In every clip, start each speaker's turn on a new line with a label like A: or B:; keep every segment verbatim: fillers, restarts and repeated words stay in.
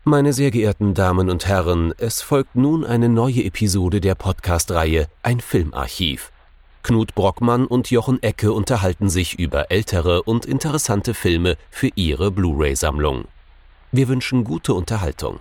A: Meine sehr geehrten Damen und Herren, es folgt nun eine neue Episode der Podcast-Reihe Ein Filmarchiv. Knut Brockmann und Jochen Ecke unterhalten sich über ältere und interessante Filme für ihre Blu-ray-Sammlung. Wir wünschen gute Unterhaltung.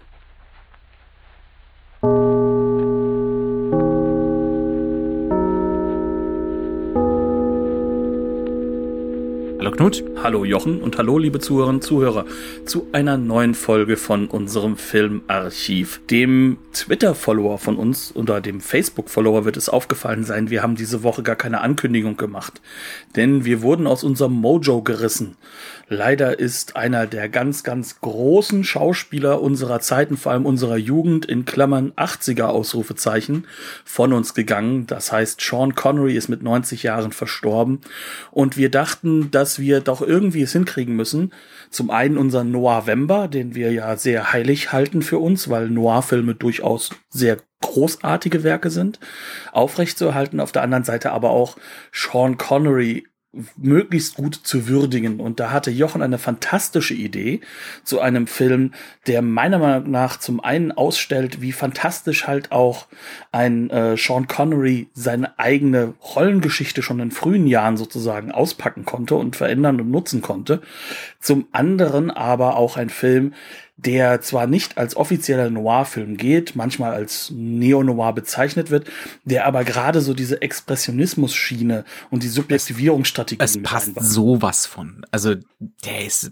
B: Hallo Knut.
C: Hallo Jochen und hallo liebe Zuhörerinnen und Zuhörer zu einer neuen Folge von unserem Filmarchiv. Dem Twitter-Follower von uns oder dem Facebook-Follower wird es aufgefallen sein, wir haben diese Woche gar keine Ankündigung gemacht, denn wir wurden aus unserem Mojo gerissen. Leider ist einer der ganz, ganz großen Schauspieler unserer Zeiten, vor allem unserer Jugend, in Klammern achtziger Ausrufezeichen, von uns gegangen. Das heißt, Sean Connery ist mit neunzig Jahren verstorben und wir dachten, dass wir doch irgendwie es hinkriegen müssen. Zum einen unseren Noir-Vember, den wir ja sehr heilig halten für uns, weil Noir-Filme durchaus sehr großartige Werke sind, aufrechtzuerhalten. Auf der anderen Seite aber auch Sean Connery möglichst gut zu würdigen. Und da hatte Jochen eine fantastische Idee zu einem Film, der meiner Meinung nach zum einen ausstellt, wie fantastisch halt auch ein äh, Sean Connery seine eigene Rollengeschichte schon in frühen Jahren sozusagen auspacken konnte und verändern und nutzen konnte. Zum anderen aber auch ein Film, der zwar nicht als offizieller Noir-Film geht, manchmal als Neo-Noir bezeichnet wird, der aber gerade so diese Expressionismus-Schiene und die Subjektivierungsstrategien
B: Es passt sowas von. Also der ist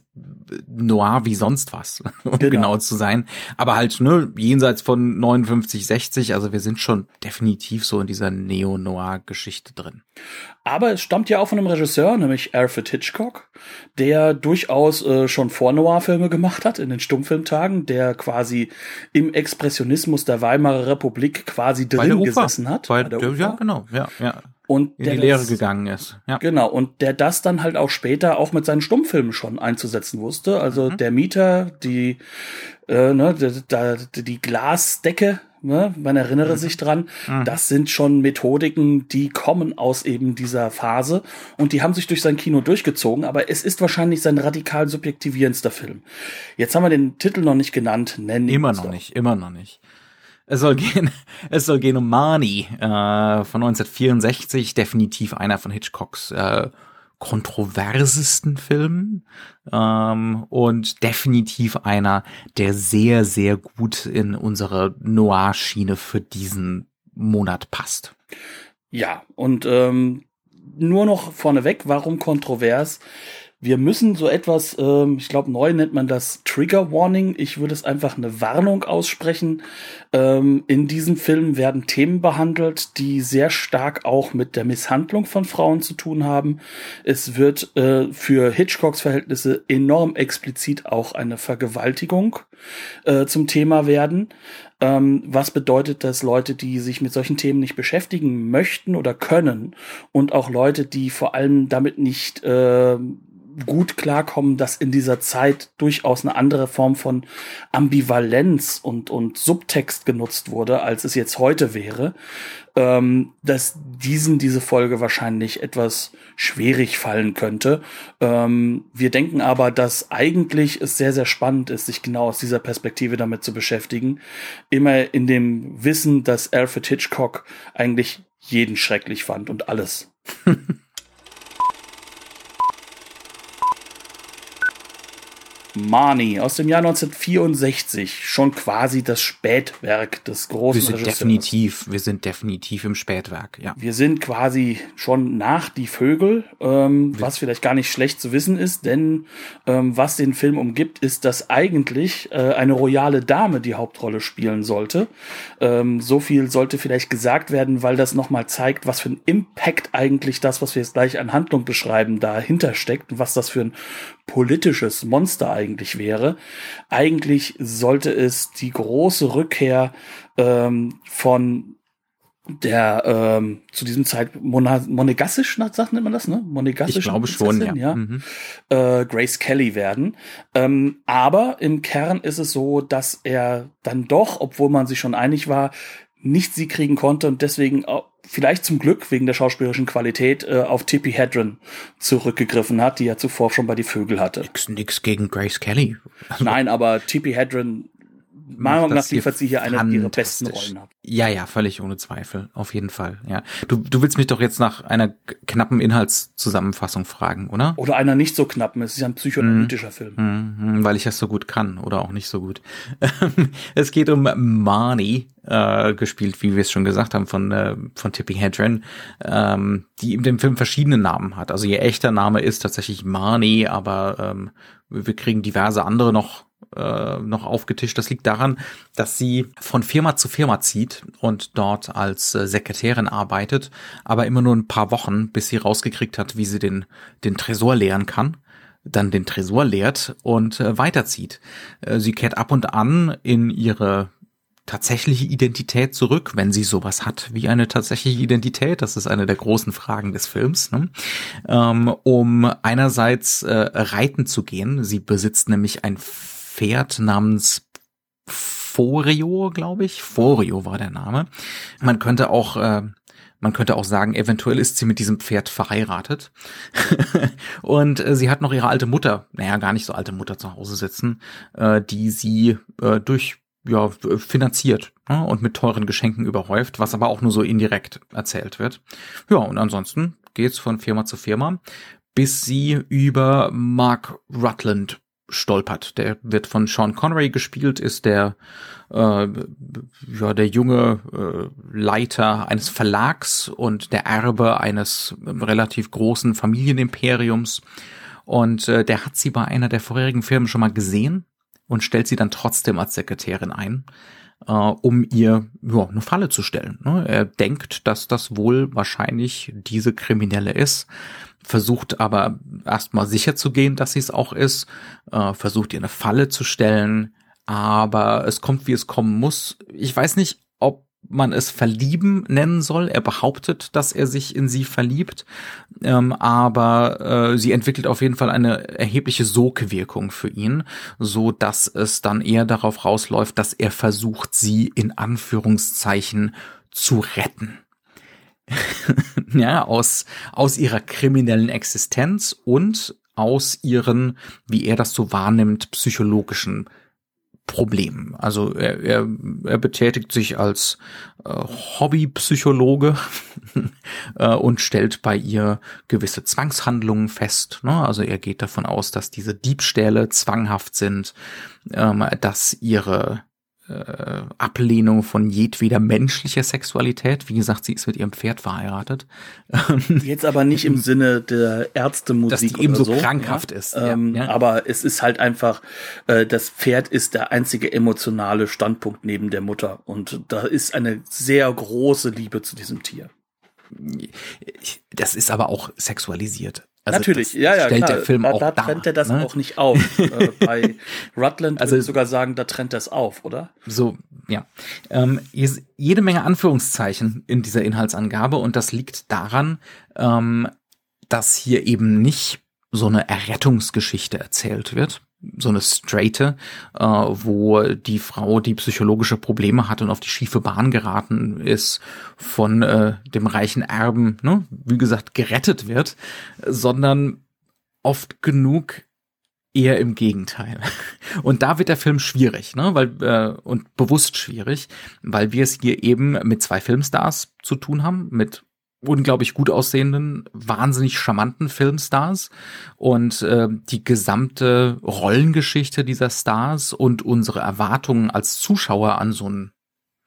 B: Noir wie sonst was, um genau. genau zu sein. Aber halt ne jenseits von neunundfünfzig, sechzig, also wir sind schon definitiv so in dieser Neo-Noir-Geschichte drin.
C: Aber es stammt ja auch von einem Regisseur, nämlich Alfred Hitchcock, der durchaus äh, schon Vor-Noir-Filme gemacht hat in den Stummfilmtagen, der quasi im Expressionismus der Weimarer Republik quasi drin gesessen hat.
B: Bei, bei der Ufer. Ja, genau, ja, ja.
C: Und
B: in die Lehre das, gegangen ist. Ja.
C: Genau, und der das dann halt auch später auch mit seinen Stummfilmen schon einzusetzen wusste. Also mhm. Der Mieter, die, äh, ne, die, die Glasdecke, ne, man erinnere mhm. sich dran, mhm. das sind schon Methodiken, die kommen aus eben dieser Phase und die haben sich durch sein Kino durchgezogen, aber es ist wahrscheinlich sein radikal subjektivierendster Film. Jetzt haben wir den Titel noch nicht genannt, nennen
B: Immer noch doch. nicht, immer noch nicht. Es soll gehen, es soll gehen um Marnie äh, von neunzehnhundertvierundsechzig, definitiv einer von Hitchcocks äh, kontroversesten Filmen ähm, und definitiv einer, der sehr, sehr gut in unsere Noir-Schiene für diesen Monat passt.
C: Ja, und ähm, nur noch vorneweg, warum kontrovers? Wir müssen so etwas, ähm, ich glaube, neu nennt man das Trigger Warning. Ich würde es einfach eine Warnung aussprechen. Ähm, in diesem Film werden Themen behandelt, die sehr stark auch mit der Misshandlung von Frauen zu tun haben. Es wird äh, für Hitchcocks Verhältnisse enorm explizit auch eine Vergewaltigung äh, zum Thema werden. Ähm, was bedeutet, dass Leute, die sich mit solchen Themen nicht beschäftigen möchten oder können und auch Leute, die vor allem damit nicht äh, gut klarkommen, dass in dieser Zeit durchaus eine andere Form von Ambivalenz und und Subtext genutzt wurde, als es jetzt heute wäre, ähm, dass diesen diese Folge wahrscheinlich etwas schwierig fallen könnte. Ähm, wir denken aber, dass eigentlich es sehr, sehr spannend ist, sich genau aus dieser Perspektive damit zu beschäftigen. Immer in dem Wissen, dass Alfred Hitchcock eigentlich jeden schrecklich fand und alles. Marnie aus dem Jahr neunzehnhundertvierundsechzig, schon quasi das Spätwerk des großen
B: wir sind
C: Regisseurs.
B: Definitiv, wir sind definitiv im Spätwerk, ja.
C: Wir sind quasi schon nach Die Vögel, ähm, was vielleicht gar nicht schlecht zu wissen ist, denn ähm, was den Film umgibt, ist, dass eigentlich äh, eine royale Dame die Hauptrolle spielen sollte. Ähm, so viel sollte vielleicht gesagt werden, weil das nochmal zeigt, was für ein Impact eigentlich das, was wir jetzt gleich an Handlung beschreiben, dahinter steckt und was das für ein politisches Monster eigentlich wäre. Eigentlich sollte es die große Rückkehr ähm, von der ähm, zu diesem Zeitpunkt Mona- monegassisch, sagt nennt man das, ne? Monegassisch.
B: Ich glaube schon, ja.
C: ja?
B: Mhm.
C: Äh, Grace Kelly werden. Ähm, aber im Kern ist es so, dass er dann doch, obwohl man sich schon einig war, nicht sie kriegen konnte und deswegen auch vielleicht zum Glück wegen der schauspielerischen Qualität äh, auf Tippi Hedren zurückgegriffen hat, die er zuvor schon bei Die Vögel hatte.
B: Nix, nix gegen Grace Kelly.
C: Nein, aber Tippi Hedren meiner Meinung nach liefert sie hier eine ihrer besten Rollen ab.
B: Ja, ja, völlig ohne Zweifel, auf jeden Fall. Ja, du du willst mich doch jetzt nach einer knappen Inhaltszusammenfassung fragen, oder?
C: Oder einer nicht so knappen. Es ist ja ein psychoanalytischer mm, Film,
B: mm, weil ich das so gut kann oder auch nicht so gut. Es geht um Marnie, äh, gespielt, wie wir es schon gesagt haben, von äh, von Tippi Hedren, ähm, die in dem Film verschiedene Namen hat. Also ihr echter Name ist tatsächlich Marnie, aber ähm, wir kriegen diverse andere noch äh, noch aufgetischt. Das liegt daran, dass sie von Firma zu Firma zieht und dort als äh, Sekretärin arbeitet, aber immer nur ein paar Wochen, bis sie rausgekriegt hat, wie sie den den Tresor leeren kann, dann den Tresor leert und äh, weiterzieht. Äh, sie kehrt ab und an in ihre tatsächliche Identität zurück, wenn sie sowas hat wie eine tatsächliche Identität. Das ist eine der großen Fragen des Films, ne? ähm, um einerseits äh, reiten zu gehen. Sie besitzt nämlich ein Pferd namens Forio, glaube ich. Forio war der Name. Man könnte auch äh, Man könnte auch sagen, eventuell ist sie mit diesem Pferd verheiratet. Und äh, sie hat noch ihre alte Mutter, naja, gar nicht so alte Mutter zu Hause sitzen, äh, die sie äh, durch ja finanziert, ne, und mit teuren Geschenken überhäuft, was aber auch nur so indirekt erzählt wird. Ja, und ansonsten geht's von Firma zu Firma, bis sie über Mark Rutland stolpert. Der wird von Sean Connery gespielt, ist der äh, ja der junge äh, Leiter eines Verlags und der Erbe eines relativ großen Familienimperiums. Und äh, der hat sie bei einer der vorherigen Firmen schon mal gesehen und stellt sie dann trotzdem als Sekretärin ein, äh, um ihr ja, eine Falle zu stellen. Ne? Er denkt, dass das wohl wahrscheinlich diese Kriminelle ist, versucht aber erstmal sicher zu gehen, dass sie es auch ist, äh, versucht ihr eine Falle zu stellen, aber es kommt, wie es kommen muss. Ich weiß nicht, ob man es Verlieben nennen soll. Er behauptet, dass er sich in sie verliebt, ähm, aber äh, sie entwickelt auf jeden Fall eine erhebliche Sogwirkung für ihn, so dass es dann eher darauf rausläuft, dass er versucht, sie in Anführungszeichen zu retten. Ja, aus aus ihrer kriminellen Existenz und aus ihren, wie er das so wahrnimmt, psychologischen Problemen. Also er, er, er betätigt sich als äh, Hobbypsychologe äh, und stellt bei ihr gewisse Zwangshandlungen fest. Ne? Also er geht davon aus, dass diese Diebstähle zwanghaft sind, ähm, dass ihre äh, Ablehnung von jedweder menschlicher Sexualität, wie gesagt, sie ist mit ihrem Pferd verheiratet.
C: Jetzt aber nicht im Sinne der Ärztemusik,
B: dass die eben so,
C: so
B: krankhaft
C: ja?
B: ist.
C: Ähm,
B: ja, ja.
C: Aber es ist halt einfach, äh, das Pferd ist der einzige emotionale Standpunkt neben der Mutter. Und da ist eine sehr große Liebe zu diesem Tier.
B: Das ist aber auch sexualisiert. Also
C: natürlich,
B: das
C: ja, ja,
B: stellt
C: klar.
B: der Film
C: da,
B: auch
C: da
B: dar,
C: trennt er das
B: ne?
C: auch nicht auf. äh, bei Rutland
B: also,
C: würde ich sogar sagen, da trennt er es auf, oder?
B: So, ja. Ähm, jede Menge Anführungszeichen in dieser Inhaltsangabe und das liegt daran, ähm, dass hier eben nicht so eine Errettungsgeschichte erzählt wird, so eine straighte, äh, wo die Frau, die psychologische Probleme hat und auf die schiefe Bahn geraten ist, von äh, dem reichen Erben, ne, wie gesagt, gerettet wird, sondern oft genug eher im Gegenteil. Und da wird der Film schwierig, ne, weil äh, und bewusst schwierig, weil wir es hier eben mit zwei Filmstars zu tun haben, mit unglaublich gut aussehenden, wahnsinnig charmanten Filmstars und äh, die gesamte Rollengeschichte dieser Stars und unsere Erwartungen als Zuschauer an so ein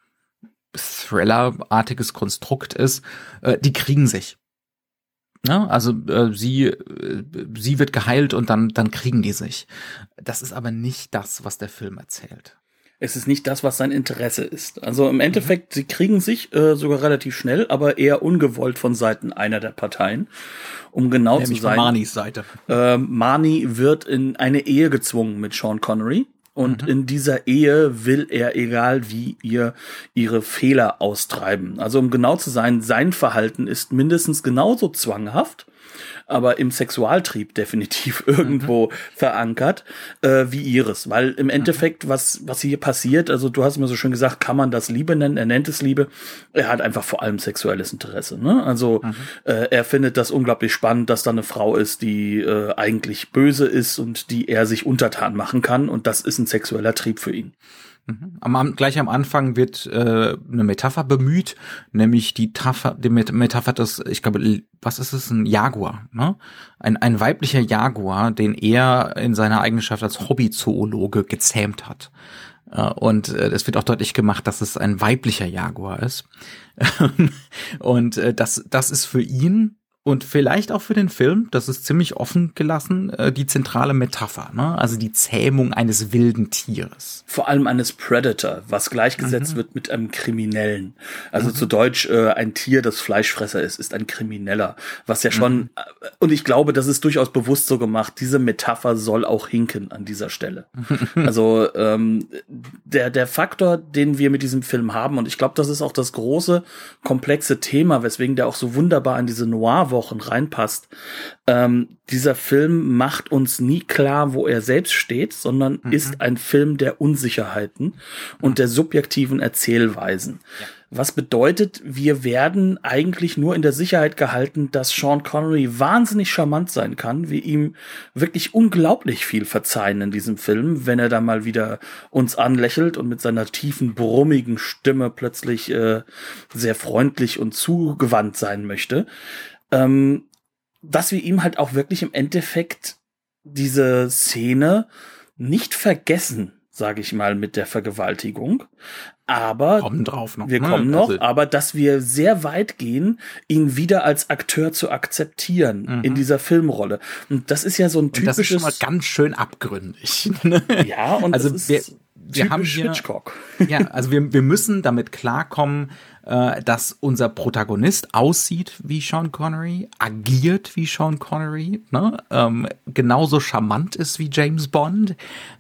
B: Thriller-artiges Konstrukt ist, äh, die kriegen sich. Ja, also äh, sie äh, sie wird geheilt und dann dann kriegen die sich. Das ist aber nicht das, was der Film erzählt.
C: Es ist nicht das, was sein Interesse ist. Also im Endeffekt, sie kriegen sich äh, sogar relativ schnell, aber eher ungewollt von Seiten einer der Parteien. Um genau
B: Nämlich
C: zu sein.
B: Von Marnies Seite.
C: Äh, Marnie wird in eine Ehe gezwungen mit Sean Connery. Und mhm. in dieser Ehe will er, egal wie, ihr ihre Fehler austreiben. Also um genau zu sein, sein Verhalten ist mindestens genauso zwanghaft, aber im Sexualtrieb definitiv irgendwo mhm. verankert, äh, wie ihres. Weil im Endeffekt, mhm. was was hier passiert, also du hast mir so schön gesagt, kann man das Liebe nennen, er nennt es Liebe, er hat einfach vor allem sexuelles Interesse. Ne? Also mhm. äh, er findet das unglaublich spannend, dass da eine Frau ist, die äh, eigentlich böse ist und die er sich untertan machen kann und das ist ein sexueller Trieb für ihn.
B: Am, gleich am Anfang wird äh, eine Metapher bemüht, nämlich die, Taffer, die Metapher des, ich glaube, was ist es, ein Jaguar, ne? Ein, ein weiblicher Jaguar, den er in seiner Eigenschaft als Hobbyzoologe gezähmt hat. Äh, und äh, es wird auch deutlich gemacht, dass es ein weiblicher Jaguar ist. Und äh, das, das ist für ihn und vielleicht auch für den Film, das ist ziemlich offen gelassen, die zentrale Metapher, ne? Also die Zähmung eines wilden Tieres.
C: Vor allem eines Predator, was gleichgesetzt mhm. wird mit einem Kriminellen. Also mhm. zu Deutsch, äh, ein Tier, das Fleischfresser ist, ist ein Krimineller. Was ja schon, mhm. und ich glaube, das ist durchaus bewusst so gemacht, diese Metapher soll auch hinken an dieser Stelle. Also ähm, der, der Faktor, den wir mit diesem Film haben, und ich glaube, das ist auch das große, komplexe Thema, weswegen der auch so wunderbar an diese Noir-Wochen reinpasst. Ähm, dieser Film macht uns nie klar, wo er selbst steht, sondern mhm. ist ein Film der Unsicherheiten und der subjektiven Erzählweisen. Ja. Was bedeutet, wir werden eigentlich nur in der Sicherheit gehalten, dass Sean Connery wahnsinnig charmant sein kann, wir ihm wirklich unglaublich viel verzeihen in diesem Film, wenn er da mal wieder uns anlächelt und mit seiner tiefen, brummigen Stimme plötzlich äh, sehr freundlich und zugewandt sein möchte. Ähm, dass wir ihm halt auch wirklich im Endeffekt diese Szene nicht vergessen, sage ich mal, mit der Vergewaltigung. Aber
B: kommen drauf noch,
C: wir
B: ne?
C: kommen noch,
B: also,
C: aber dass wir sehr weit gehen, ihn wieder als Akteur zu akzeptieren mhm. in dieser Filmrolle. Und das ist ja so ein typisches.
B: Und das ist schon mal ganz schön abgründig.
C: Ja, und
B: also
C: das ist
B: wir, wir haben hier,
C: Hitchcock.
B: Ja, also wir, wir müssen damit klarkommen, äh, dass unser Protagonist aussieht wie Sean Connery, agiert wie Sean Connery, ne? ähm, genauso charmant ist wie James Bond,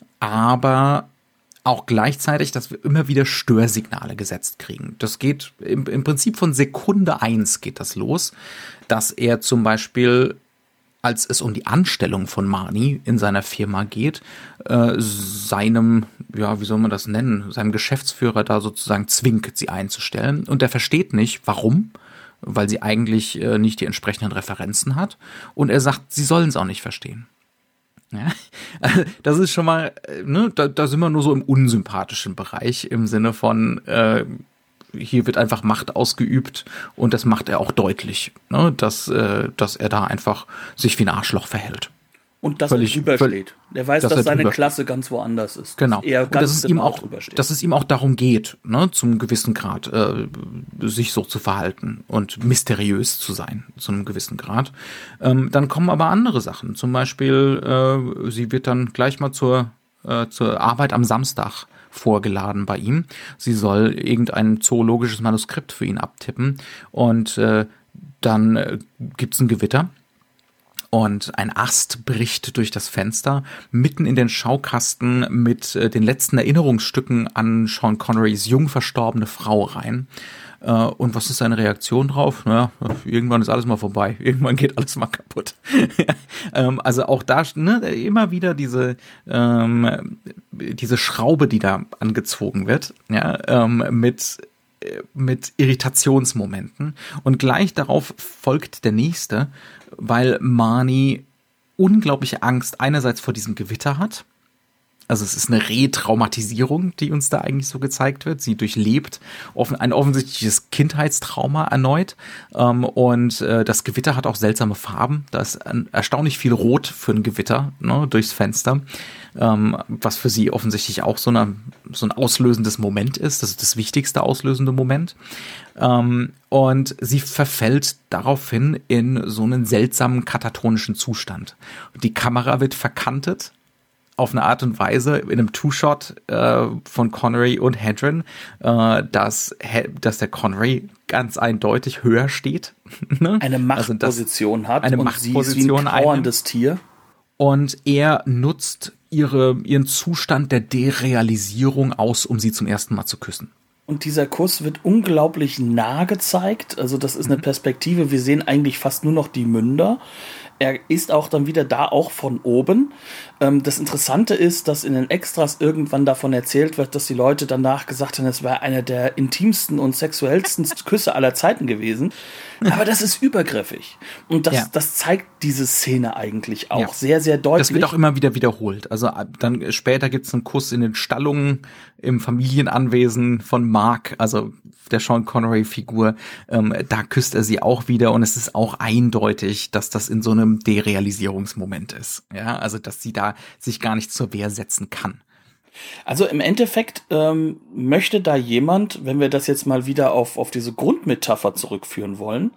B: aber auch gleichzeitig, dass wir immer wieder Störsignale gesetzt kriegen. Das geht im, im Prinzip von Sekunde eins geht das los, dass er zum Beispiel, als es um die Anstellung von Marnie in seiner Firma geht, äh, seinem, ja, wie soll man das nennen, seinem Geschäftsführer da sozusagen zwingt, sie einzustellen. Und der versteht nicht, warum, weil sie eigentlich äh, nicht die entsprechenden Referenzen hat. Und er sagt, sie sollen es auch nicht verstehen. Ja, das ist schon mal, ne, da, da sind wir nur so im unsympathischen Bereich im Sinne von, äh, hier wird einfach Macht ausgeübt und das macht er auch deutlich, ne, dass, äh, dass er da einfach sich wie ein Arschloch verhält.
C: Und das völlig übersteht. Der weiß, dass, dass seine
B: drüber
C: Klasse ganz woanders ist.
B: Genau.
C: Er
B: und
C: ganz
B: dass es ihm auch,
C: drüber steht.
B: dass es ihm auch darum geht, ne, zum gewissen Grad äh, sich so zu verhalten und mysteriös zu sein, zu einem gewissen Grad. Ähm, dann kommen aber andere Sachen. Zum Beispiel, äh, sie wird dann gleich mal zur äh, zur Arbeit am Samstag vorgeladen bei ihm. Sie soll irgendein zoologisches Manuskript für ihn abtippen und äh, dann äh, gibt's ein Gewitter. Und ein Ast bricht durch das Fenster mitten in den Schaukasten mit äh, den letzten Erinnerungsstücken an Sean Connerys jung verstorbene Frau rein. Äh, und was ist seine Reaktion drauf? Na, irgendwann ist alles mal vorbei. Irgendwann geht alles mal kaputt. ähm, also auch da, ne, immer wieder diese ähm, diese Schraube, die da angezogen wird, ja, ähm, mit mit Irritationsmomenten. Und gleich darauf folgt der nächste, weil Marnie unglaubliche Angst einerseits vor diesem Gewitter hat. Also es ist eine Retraumatisierung, die uns da eigentlich so gezeigt wird. Sie durchlebt offen, ein offensichtliches Kindheitstrauma erneut. Ähm, und äh, das Gewitter hat auch seltsame Farben. Da ist ein, erstaunlich viel Rot für ein Gewitter, ne, durchs Fenster. Ähm, was für sie offensichtlich auch so, eine, so ein auslösendes Moment ist. Das ist das wichtigste auslösende Moment. Ähm, und sie verfällt daraufhin in so einen seltsamen katatonischen Zustand. Die Kamera wird verkantet auf eine Art und Weise in einem Two-Shot äh, von Connery und Hedren, äh, dass, dass der Connery ganz eindeutig höher steht. Ne?
C: Eine Machtposition also hat
B: eine
C: und
B: Machtposition
C: sie ist wie ein kauerndes Tier.
B: Und er nutzt ihre, ihren Zustand der Derealisierung aus, um sie zum ersten Mal zu küssen.
C: Und dieser Kuss wird unglaublich nah gezeigt. Also das ist eine Perspektive, wir sehen eigentlich fast nur noch die Münder. Er ist auch dann wieder da, auch von oben. Ähm, das Interessante ist, dass in den Extras irgendwann davon erzählt wird, dass die Leute danach gesagt haben, es wäre einer der intimsten und sexuellsten Küsse aller Zeiten gewesen. Aber das ist übergriffig. Und das, ja. das zeigt diese Szene eigentlich auch ja. sehr, sehr deutlich.
B: Das wird auch immer wieder wiederholt. Also dann später gibt's einen Kuss in den Stallungen im Familienanwesen von Mark, also der Sean Connery-Figur. Ähm, da küsst er sie auch wieder und es ist auch eindeutig, dass das in so einem Derealisierungsmoment ist. Ja, also dass sie da sich gar nicht zur Wehr setzen kann.
C: Also im Endeffekt ähm, möchte da jemand, wenn wir das jetzt mal wieder auf auf diese Grundmetapher zurückführen wollen,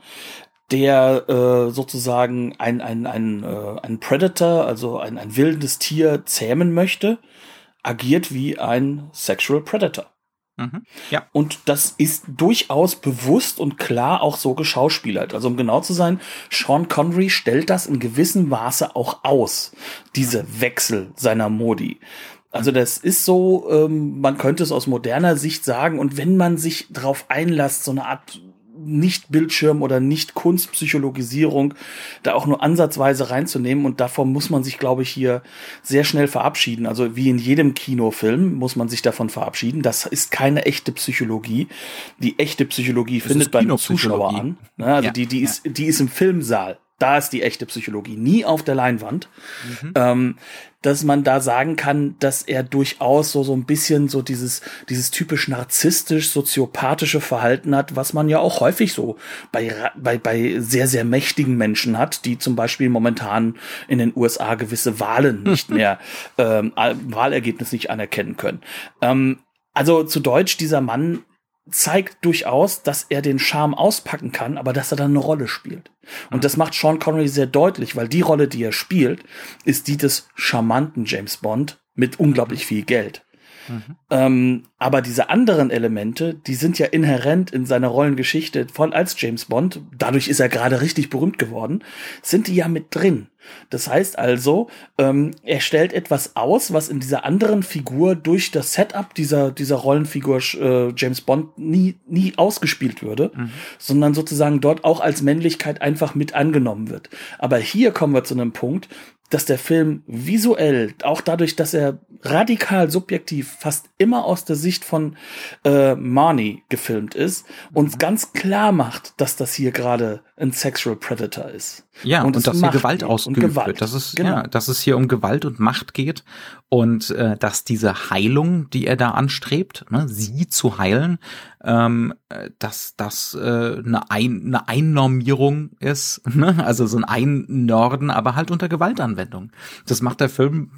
C: der äh, sozusagen ein ein ein äh, ein Predator, also ein ein wildes Tier zähmen möchte, agiert wie ein Sexual Predator.
B: Mhm. Ja.
C: Und das ist durchaus bewusst und klar auch so geschauspielert. Also um genau zu sein, Sean Connery stellt das in gewissem Maße auch aus, diese Wechsel seiner Modi. Also das ist so, ähm, man könnte es aus moderner Sicht sagen, und wenn man sich darauf einlässt, so eine Art Nicht-Bildschirm- oder Nicht-Kunstpsychologisierung da auch nur ansatzweise reinzunehmen, und davon muss man sich, glaube ich, hier sehr schnell verabschieden. Also wie in jedem Kinofilm muss man sich davon verabschieden. Das ist keine echte Psychologie. Die echte Psychologie
B: das
C: findet beim Zuschauer an. Also
B: ja,
C: die, die
B: ja.
C: ist, die ist im Filmsaal. Da ist die echte Psychologie, nie auf der Leinwand. Mhm. Ähm, dass man da sagen kann, dass er durchaus so so ein bisschen so dieses dieses typisch narzisstisch soziopathische Verhalten hat, was man ja auch häufig so bei bei bei sehr sehr mächtigen Menschen hat, die zum Beispiel momentan in den U S A gewisse Wahlen nicht mehr ähm, Wahlergebnis nicht anerkennen können. Ähm, also zu Deutsch, dieser Mann zeigt durchaus, dass er den Charme auspacken kann, aber dass er dann eine Rolle spielt. Und das macht Sean Connery sehr deutlich, weil die Rolle, die er spielt, ist die des charmanten James Bond mit unglaublich viel Geld. Mhm. Ähm, aber diese anderen Elemente, die sind ja inhärent in seiner Rollengeschichte von als James Bond, dadurch ist er gerade richtig berühmt geworden, sind die ja mit drin. Das heißt also, ähm, er stellt etwas aus, was in dieser anderen Figur durch das Setup dieser dieser Rollenfigur äh, James Bond nie nie ausgespielt würde, mhm. sondern sozusagen dort auch als Männlichkeit einfach mit angenommen wird. Aber hier kommen wir zu einem Punkt, dass der Film visuell, auch dadurch, dass er radikal subjektiv fast immer aus der Sicht von äh, Marnie gefilmt ist, uns ganz klar macht, dass das hier gerade ein Sexual Predator ist.
B: Ja, und, und dass hier Gewalt ausgeübt wird. Dass es, genau. ja, dass es hier um Gewalt und Macht geht und äh, dass diese Heilung, die er da anstrebt, ne, sie zu heilen, ähm, dass das äh, eine, Ein- eine Einnormierung ist, ne? Also so ein Einnorden, aber halt unter Gewaltanwendung. Das macht der Film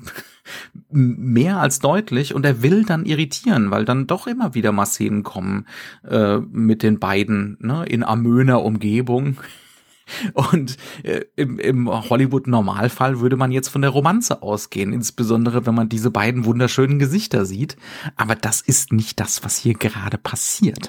B: mehr als deutlich, und er will dann irritieren, weil dann doch immer wieder mal Szenen kommen äh, mit den beiden, ne, in amöner Umgebung. Und äh, im, im Hollywood-Normalfall würde man jetzt von der Romanze ausgehen, insbesondere wenn man diese beiden wunderschönen Gesichter sieht. Aber das ist nicht das, was hier gerade passiert.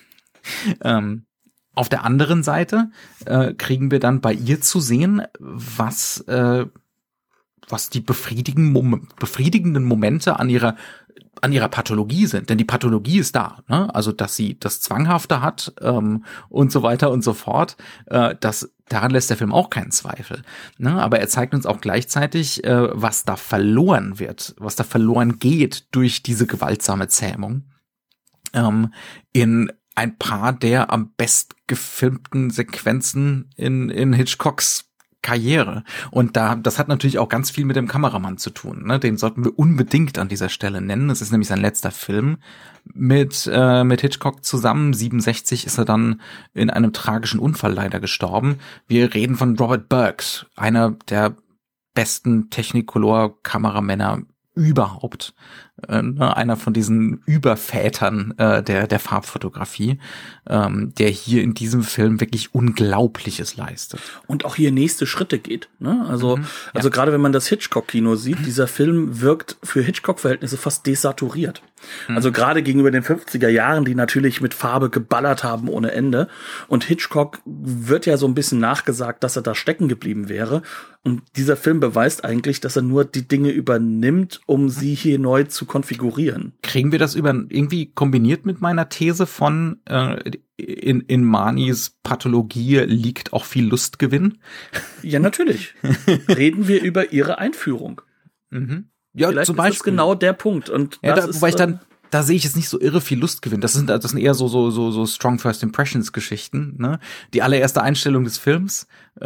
B: ähm, auf der anderen Seite äh, kriegen wir dann bei ihr zu sehen, was äh, was die befriedigen Mom- befriedigenden Momente an ihrer an ihrer Pathologie sind, denn die Pathologie ist da, ne? Also dass sie das Zwanghafte hat ähm, und so weiter und so fort, äh, das daran lässt der Film auch keinen Zweifel, ne? Aber er zeigt uns auch gleichzeitig, äh, was da verloren wird, was da verloren geht durch diese gewaltsame Zähmung ähm, in ein paar der am best gefilmten Sequenzen in in Hitchcocks Karriere. Und da, das hat natürlich auch ganz viel mit dem Kameramann zu tun, ne? Den sollten wir unbedingt an dieser Stelle nennen. Es ist nämlich sein letzter Film mit äh, mit Hitchcock zusammen. siebenundsechzig ist er dann in einem tragischen Unfall leider gestorben. Wir reden von Robert Burks, einer der besten Technicolor-Kameramänner überhaupt, äh, einer von diesen Übervätern äh, der der Farbfotografie, ähm, der hier in diesem Film wirklich Unglaubliches leistet
C: und auch hier nächste Schritte geht, ne? Also mhm, ja. also gerade wenn man das Hitchcock-Kino sieht, mhm. dieser Film wirkt für Hitchcock-Verhältnisse fast desaturiert. Mhm. Also gerade gegenüber den fünfziger Jahren, die natürlich mit Farbe geballert haben ohne Ende. Und Hitchcock wird ja so ein bisschen nachgesagt, dass er da stecken geblieben wäre. Und dieser Film beweist eigentlich, dass er nur die Dinge übernimmt, um sie hier neu zu konfigurieren.
B: Kriegen wir das über irgendwie kombiniert mit meiner These von äh, in, in Manis Pathologie liegt auch viel Lustgewinn?
C: Ja, natürlich. Reden wir über ihre Einführung.
B: Mhm. Ja,
C: Vielleicht
B: zum Beispiel.
C: ist das genau der Punkt. Und
B: ja,
C: das
B: da,
C: ist,
B: wobei ich dann, da sehe ich jetzt nicht so irre viel Lustgewinn. Das sind, das sind eher so, so, so, so Strong First Impressions Geschichten, ne? Die allererste Einstellung des Films,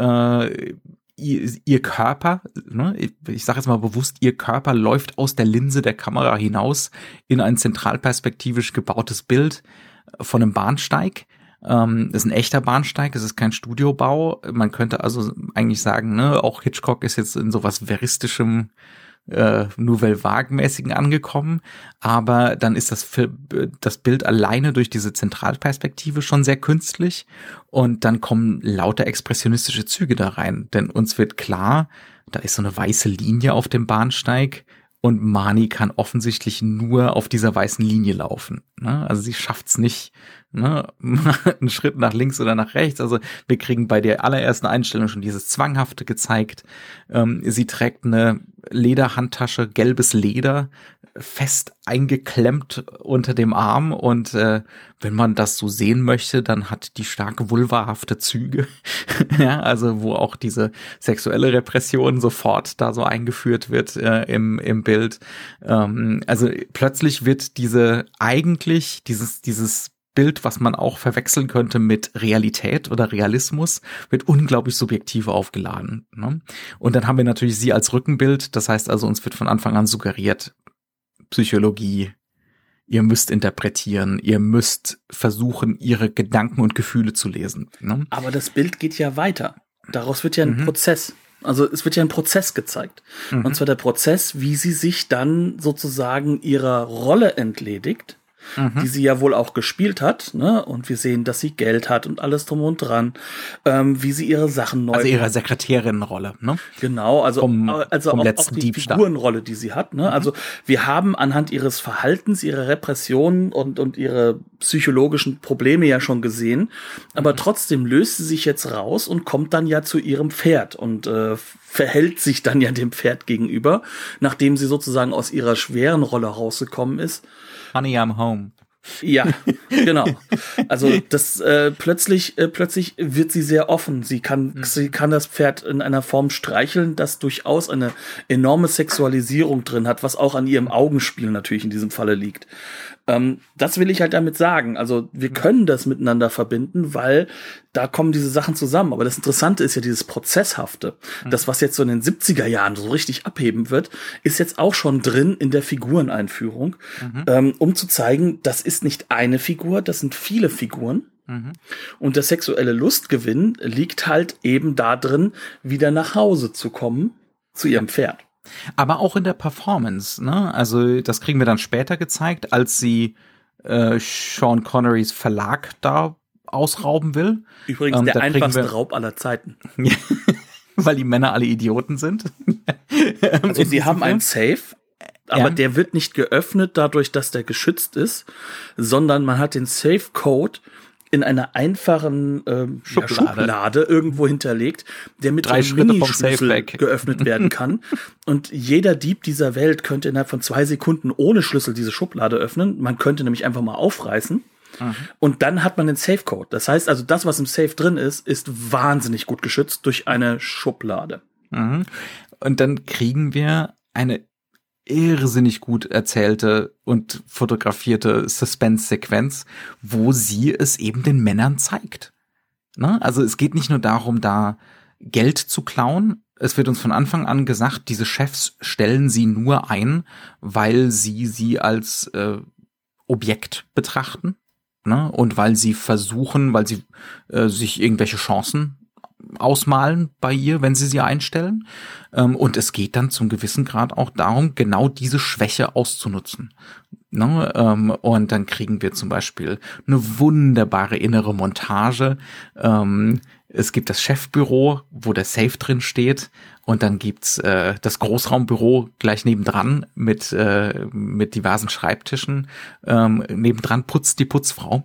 B: äh, ihr, ihr Körper, ne? Ich, ich sage jetzt mal bewusst, ihr Körper läuft aus der Linse der Kamera hinaus in ein zentralperspektivisch gebautes Bild von einem Bahnsteig. Ähm, das ist ein echter Bahnsteig, es ist kein Studiobau. Man könnte also eigentlich sagen, ne, auch Hitchcock ist jetzt in sowas veristischem, äh, Nouvelle Vague-mäßigen angekommen, aber dann ist das, das Bild alleine durch diese Zentralperspektive schon sehr künstlich und dann kommen lauter expressionistische Züge da rein, denn uns wird klar, da ist so eine weiße Linie auf dem Bahnsteig und Marnie kann offensichtlich nur auf dieser weißen Linie laufen, ne? Also sie schafft's nicht, ne, einen Schritt nach links oder nach rechts. Also wir kriegen bei der allerersten Einstellung schon dieses Zwanghafte gezeigt. Ähm, sie trägt eine Lederhandtasche, gelbes Leder, fest eingeklemmt unter dem Arm und äh, wenn man das so sehen möchte, dann hat die starke vulvahafte Züge, ja, also wo auch diese sexuelle Repression sofort da so eingeführt wird äh, im im Bild. Ähm, also plötzlich wird diese eigentlich dieses dieses Bild, was man auch verwechseln könnte mit Realität oder Realismus, wird unglaublich subjektiv aufgeladen, ne? Und dann haben wir natürlich sie als Rückenbild, das heißt also, uns wird von Anfang an suggeriert, Psychologie, ihr müsst interpretieren, ihr müsst versuchen, ihre Gedanken und Gefühle zu lesen, ne?
C: Aber das Bild geht ja weiter. Daraus wird ja ein
B: mhm.
C: Prozess. Also es wird ja ein Prozess gezeigt. Mhm. Und zwar der Prozess, wie sie sich dann sozusagen ihrer Rolle entledigt, Mhm. die sie ja wohl auch gespielt hat, ne? Und wir sehen, dass sie Geld hat und alles drum und dran, ähm, wie sie ihre Sachen neu...
B: Also ihre Sekretärinnenrolle, ne?
C: Genau, also,
B: vom,
C: also
B: vom
C: auch,
B: letzten
C: auch die
B: Diebstahl.
C: Figurenrolle, die sie hat, ne? Mhm. Also wir haben anhand ihres Verhaltens, ihrer Repressionen und, und ihre psychologischen Probleme ja schon gesehen, aber mhm. trotzdem löst sie sich jetzt raus und kommt dann ja zu ihrem Pferd und äh, verhält sich dann ja dem Pferd gegenüber, nachdem sie sozusagen aus ihrer schweren Rolle rausgekommen ist.
B: Honey, I'm home.
C: Ja, genau. Also das äh, plötzlich äh, plötzlich wird sie sehr offen. Sie kann mhm. sie kann das Pferd in einer Form streicheln, das durchaus eine enorme Sexualisierung drin hat, was auch an ihrem Augenspiel natürlich in diesem Falle liegt. Ähm, das will ich halt damit sagen. Also wir können das miteinander verbinden, weil da kommen diese Sachen zusammen. Aber das Interessante ist ja dieses Prozesshafte. Mhm. Das, was jetzt so in den siebziger Jahren so richtig abheben wird, ist jetzt auch schon drin in der Figureneinführung, mhm. ähm, um zu zeigen, das ist nicht eine Figur, das sind viele Figuren. Mhm. Und der sexuelle Lustgewinn liegt halt eben da drin, wieder nach Hause zu kommen zu ihrem Pferd.
B: Aber auch in der Performance, ne? Also das kriegen wir dann später gezeigt, als sie äh, Sean Connerys Verlag da ausrauben will.
C: Übrigens ähm, der einfachste wir, Raub aller Zeiten.
B: Weil die Männer alle Idioten sind.
C: Also sie haben einen Safe, aber ja. der wird nicht geöffnet dadurch, dass der geschützt ist, sondern man hat den Safe-Code in einer einfachen ähm, Schublade. Ja, Schublade irgendwo hinterlegt, der mit
B: Drei
C: einem Minischlüssel geöffnet werden kann. Und jeder Dieb dieser Welt könnte innerhalb von zwei Sekunden ohne Schlüssel diese Schublade öffnen. Man könnte nämlich einfach mal aufreißen. Mhm. Und dann hat man den Safe-Code. Das heißt also, das, was im Safe drin ist, ist wahnsinnig gut geschützt durch eine Schublade.
B: Mhm. Und dann kriegen wir eine irrsinnig gut erzählte und fotografierte Suspense-Sequenz, wo sie es eben den Männern zeigt. Ne? Also es geht nicht nur darum, da Geld zu klauen. Es wird uns von Anfang an gesagt, diese Chefs stellen sie nur ein, weil sie sie als äh, Objekt betrachten, ne? Und weil sie versuchen, weil sie äh, sich irgendwelche Chancen ausmalen bei ihr, wenn sie sie einstellen. Und es geht dann zum gewissen Grad auch darum, genau diese Schwäche auszunutzen. Und dann kriegen wir zum Beispiel eine wunderbare innere Montage, es gibt das Chefbüro, wo der Safe drin steht, und dann gibt's äh, das Großraumbüro gleich nebendran mit äh, mit diversen Schreibtischen. Ähm, nebendran putzt die Putzfrau.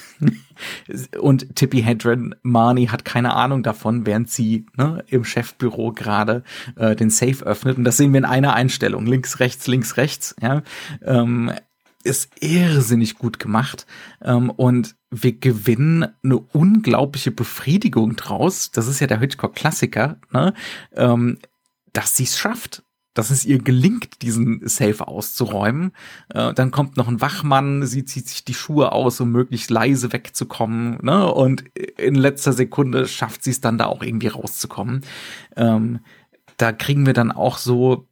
B: Und Tippi Hedren, Marnie, hat keine Ahnung davon, während sie ne, im Chefbüro gerade äh, den Safe öffnet. Und das sehen wir in einer Einstellung. Links, rechts, links, rechts. Ja. Ähm, ist irrsinnig gut gemacht. Ähm, und wir gewinnen eine unglaubliche Befriedigung draus. Das ist ja der Hitchcock-Klassiker, ne? ähm, dass sie es schafft. Dass es ihr gelingt, diesen Safe auszuräumen. Äh, dann kommt noch ein Wachmann, sie zieht sich die Schuhe aus, um möglichst leise wegzukommen. Ne? Und in letzter Sekunde schafft sie es dann da auch irgendwie rauszukommen. Ähm, da kriegen wir dann auch so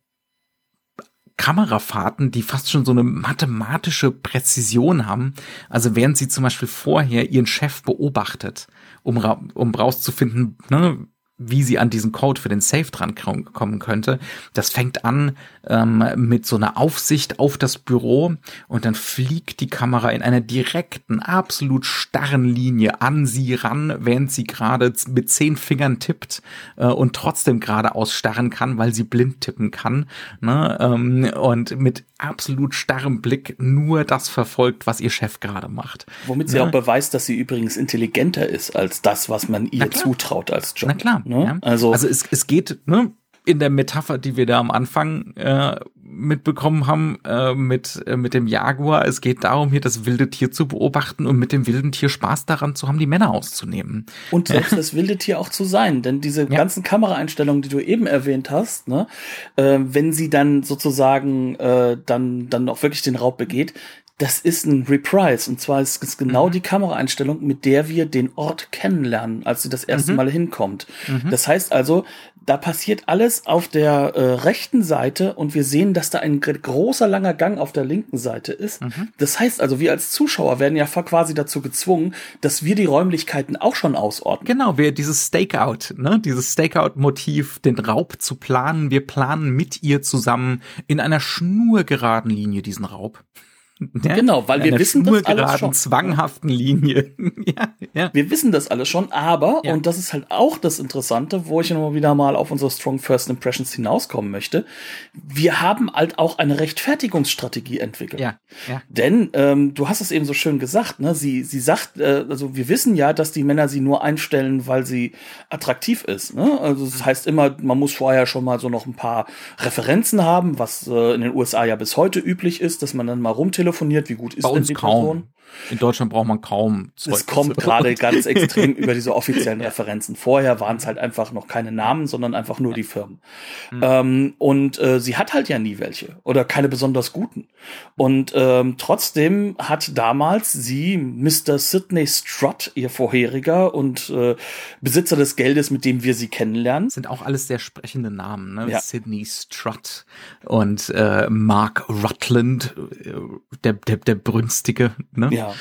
B: Kamerafahrten, die fast schon so eine mathematische Präzision haben. Also während sie zum Beispiel vorher ihren Chef beobachtet, um, ra- um rauszufinden, ne, wie sie an diesen Code für den Safe dran kommen könnte. Das fängt an ähm, mit so einer Aufsicht auf das Büro, und dann fliegt die Kamera in einer direkten, absolut starren Linie an sie ran, während sie gerade mit zehn Fingern tippt äh, und trotzdem geradeaus starren kann, weil sie blind tippen kann. Ne? Ähm, und mit absolut starrem Blick nur das verfolgt, was ihr Chef gerade macht.
C: Womit sie
B: ne?
C: auch beweist, dass sie übrigens intelligenter ist als das, was man ihr zutraut als Job.
B: Na klar.
C: Ne?
B: Ja.
C: Also,
B: also es, es geht, ne, in der Metapher, die wir da am Anfang äh, mitbekommen haben, äh, mit, äh, mit dem Jaguar, es geht darum, hier das wilde Tier zu beobachten und mit dem wilden Tier Spaß daran zu haben, die Männer auszunehmen.
C: Und selbst das wilde Tier auch zu sein, denn diese ja. ganzen Kameraeinstellungen, die du eben erwähnt hast, ne, äh, wenn sie dann sozusagen äh, dann, dann auch wirklich den Raub begeht, das ist ein Reprise, und zwar ist es genau mhm. die Kameraeinstellung, mit der wir den Ort kennenlernen, als sie das erste mhm. Mal hinkommt. Mhm. Das heißt also, da passiert alles auf der äh, rechten Seite, und wir sehen, dass da ein großer, langer Gang auf der linken Seite ist. Mhm. Das heißt also, wir als Zuschauer werden ja quasi dazu gezwungen, dass wir die Räumlichkeiten auch schon ausordnen.
B: Genau, wir dieses Stakeout, ne, dieses Stakeout-Motiv, den Raub zu planen. Wir planen mit ihr zusammen in einer schnurgeraden Linie diesen Raub. Ja,
C: genau, weil wir wissen das alles schon.
B: Zwanghaften Linie. ja, ja.
C: Wir wissen das alles schon, aber,
B: ja.
C: und das ist halt auch das Interessante, wo ich immer wieder mal auf unsere Strong First Impressions hinauskommen möchte, wir haben halt auch eine Rechtfertigungsstrategie entwickelt.
B: Ja, ja.
C: Denn, ähm, du hast es eben so schön gesagt, ne, sie, sie sagt, äh, also wir wissen ja, dass die Männer sie nur einstellen, weil sie attraktiv ist, ne? Also das heißt immer, man muss vorher schon mal so noch ein paar Referenzen haben, was äh, in den U S A ja bis heute üblich ist, dass man dann mal rumtelefoniert. Wie gut ist
B: Bei
C: denn
B: uns
C: die
B: kaum.
C: Person?
B: In Deutschland braucht man kaum
C: Zeug. Es kommt gerade ganz extrem über diese offiziellen Referenzen. Vorher waren es halt einfach noch keine Namen, sondern einfach nur die Firmen. Mhm. Ähm, und äh, sie hat halt ja nie welche oder keine besonders guten. Und ähm, trotzdem hat damals sie Mister Sidney Strutt, ihr vorheriger und äh, Besitzer des Geldes, mit dem wir sie kennenlernen.
B: Das sind auch alles sehr sprechende Namen, ne?
C: Ja.
B: Sidney Strutt und äh, Mark Rutland, der, der, der Brünstige, ne?
C: Ja,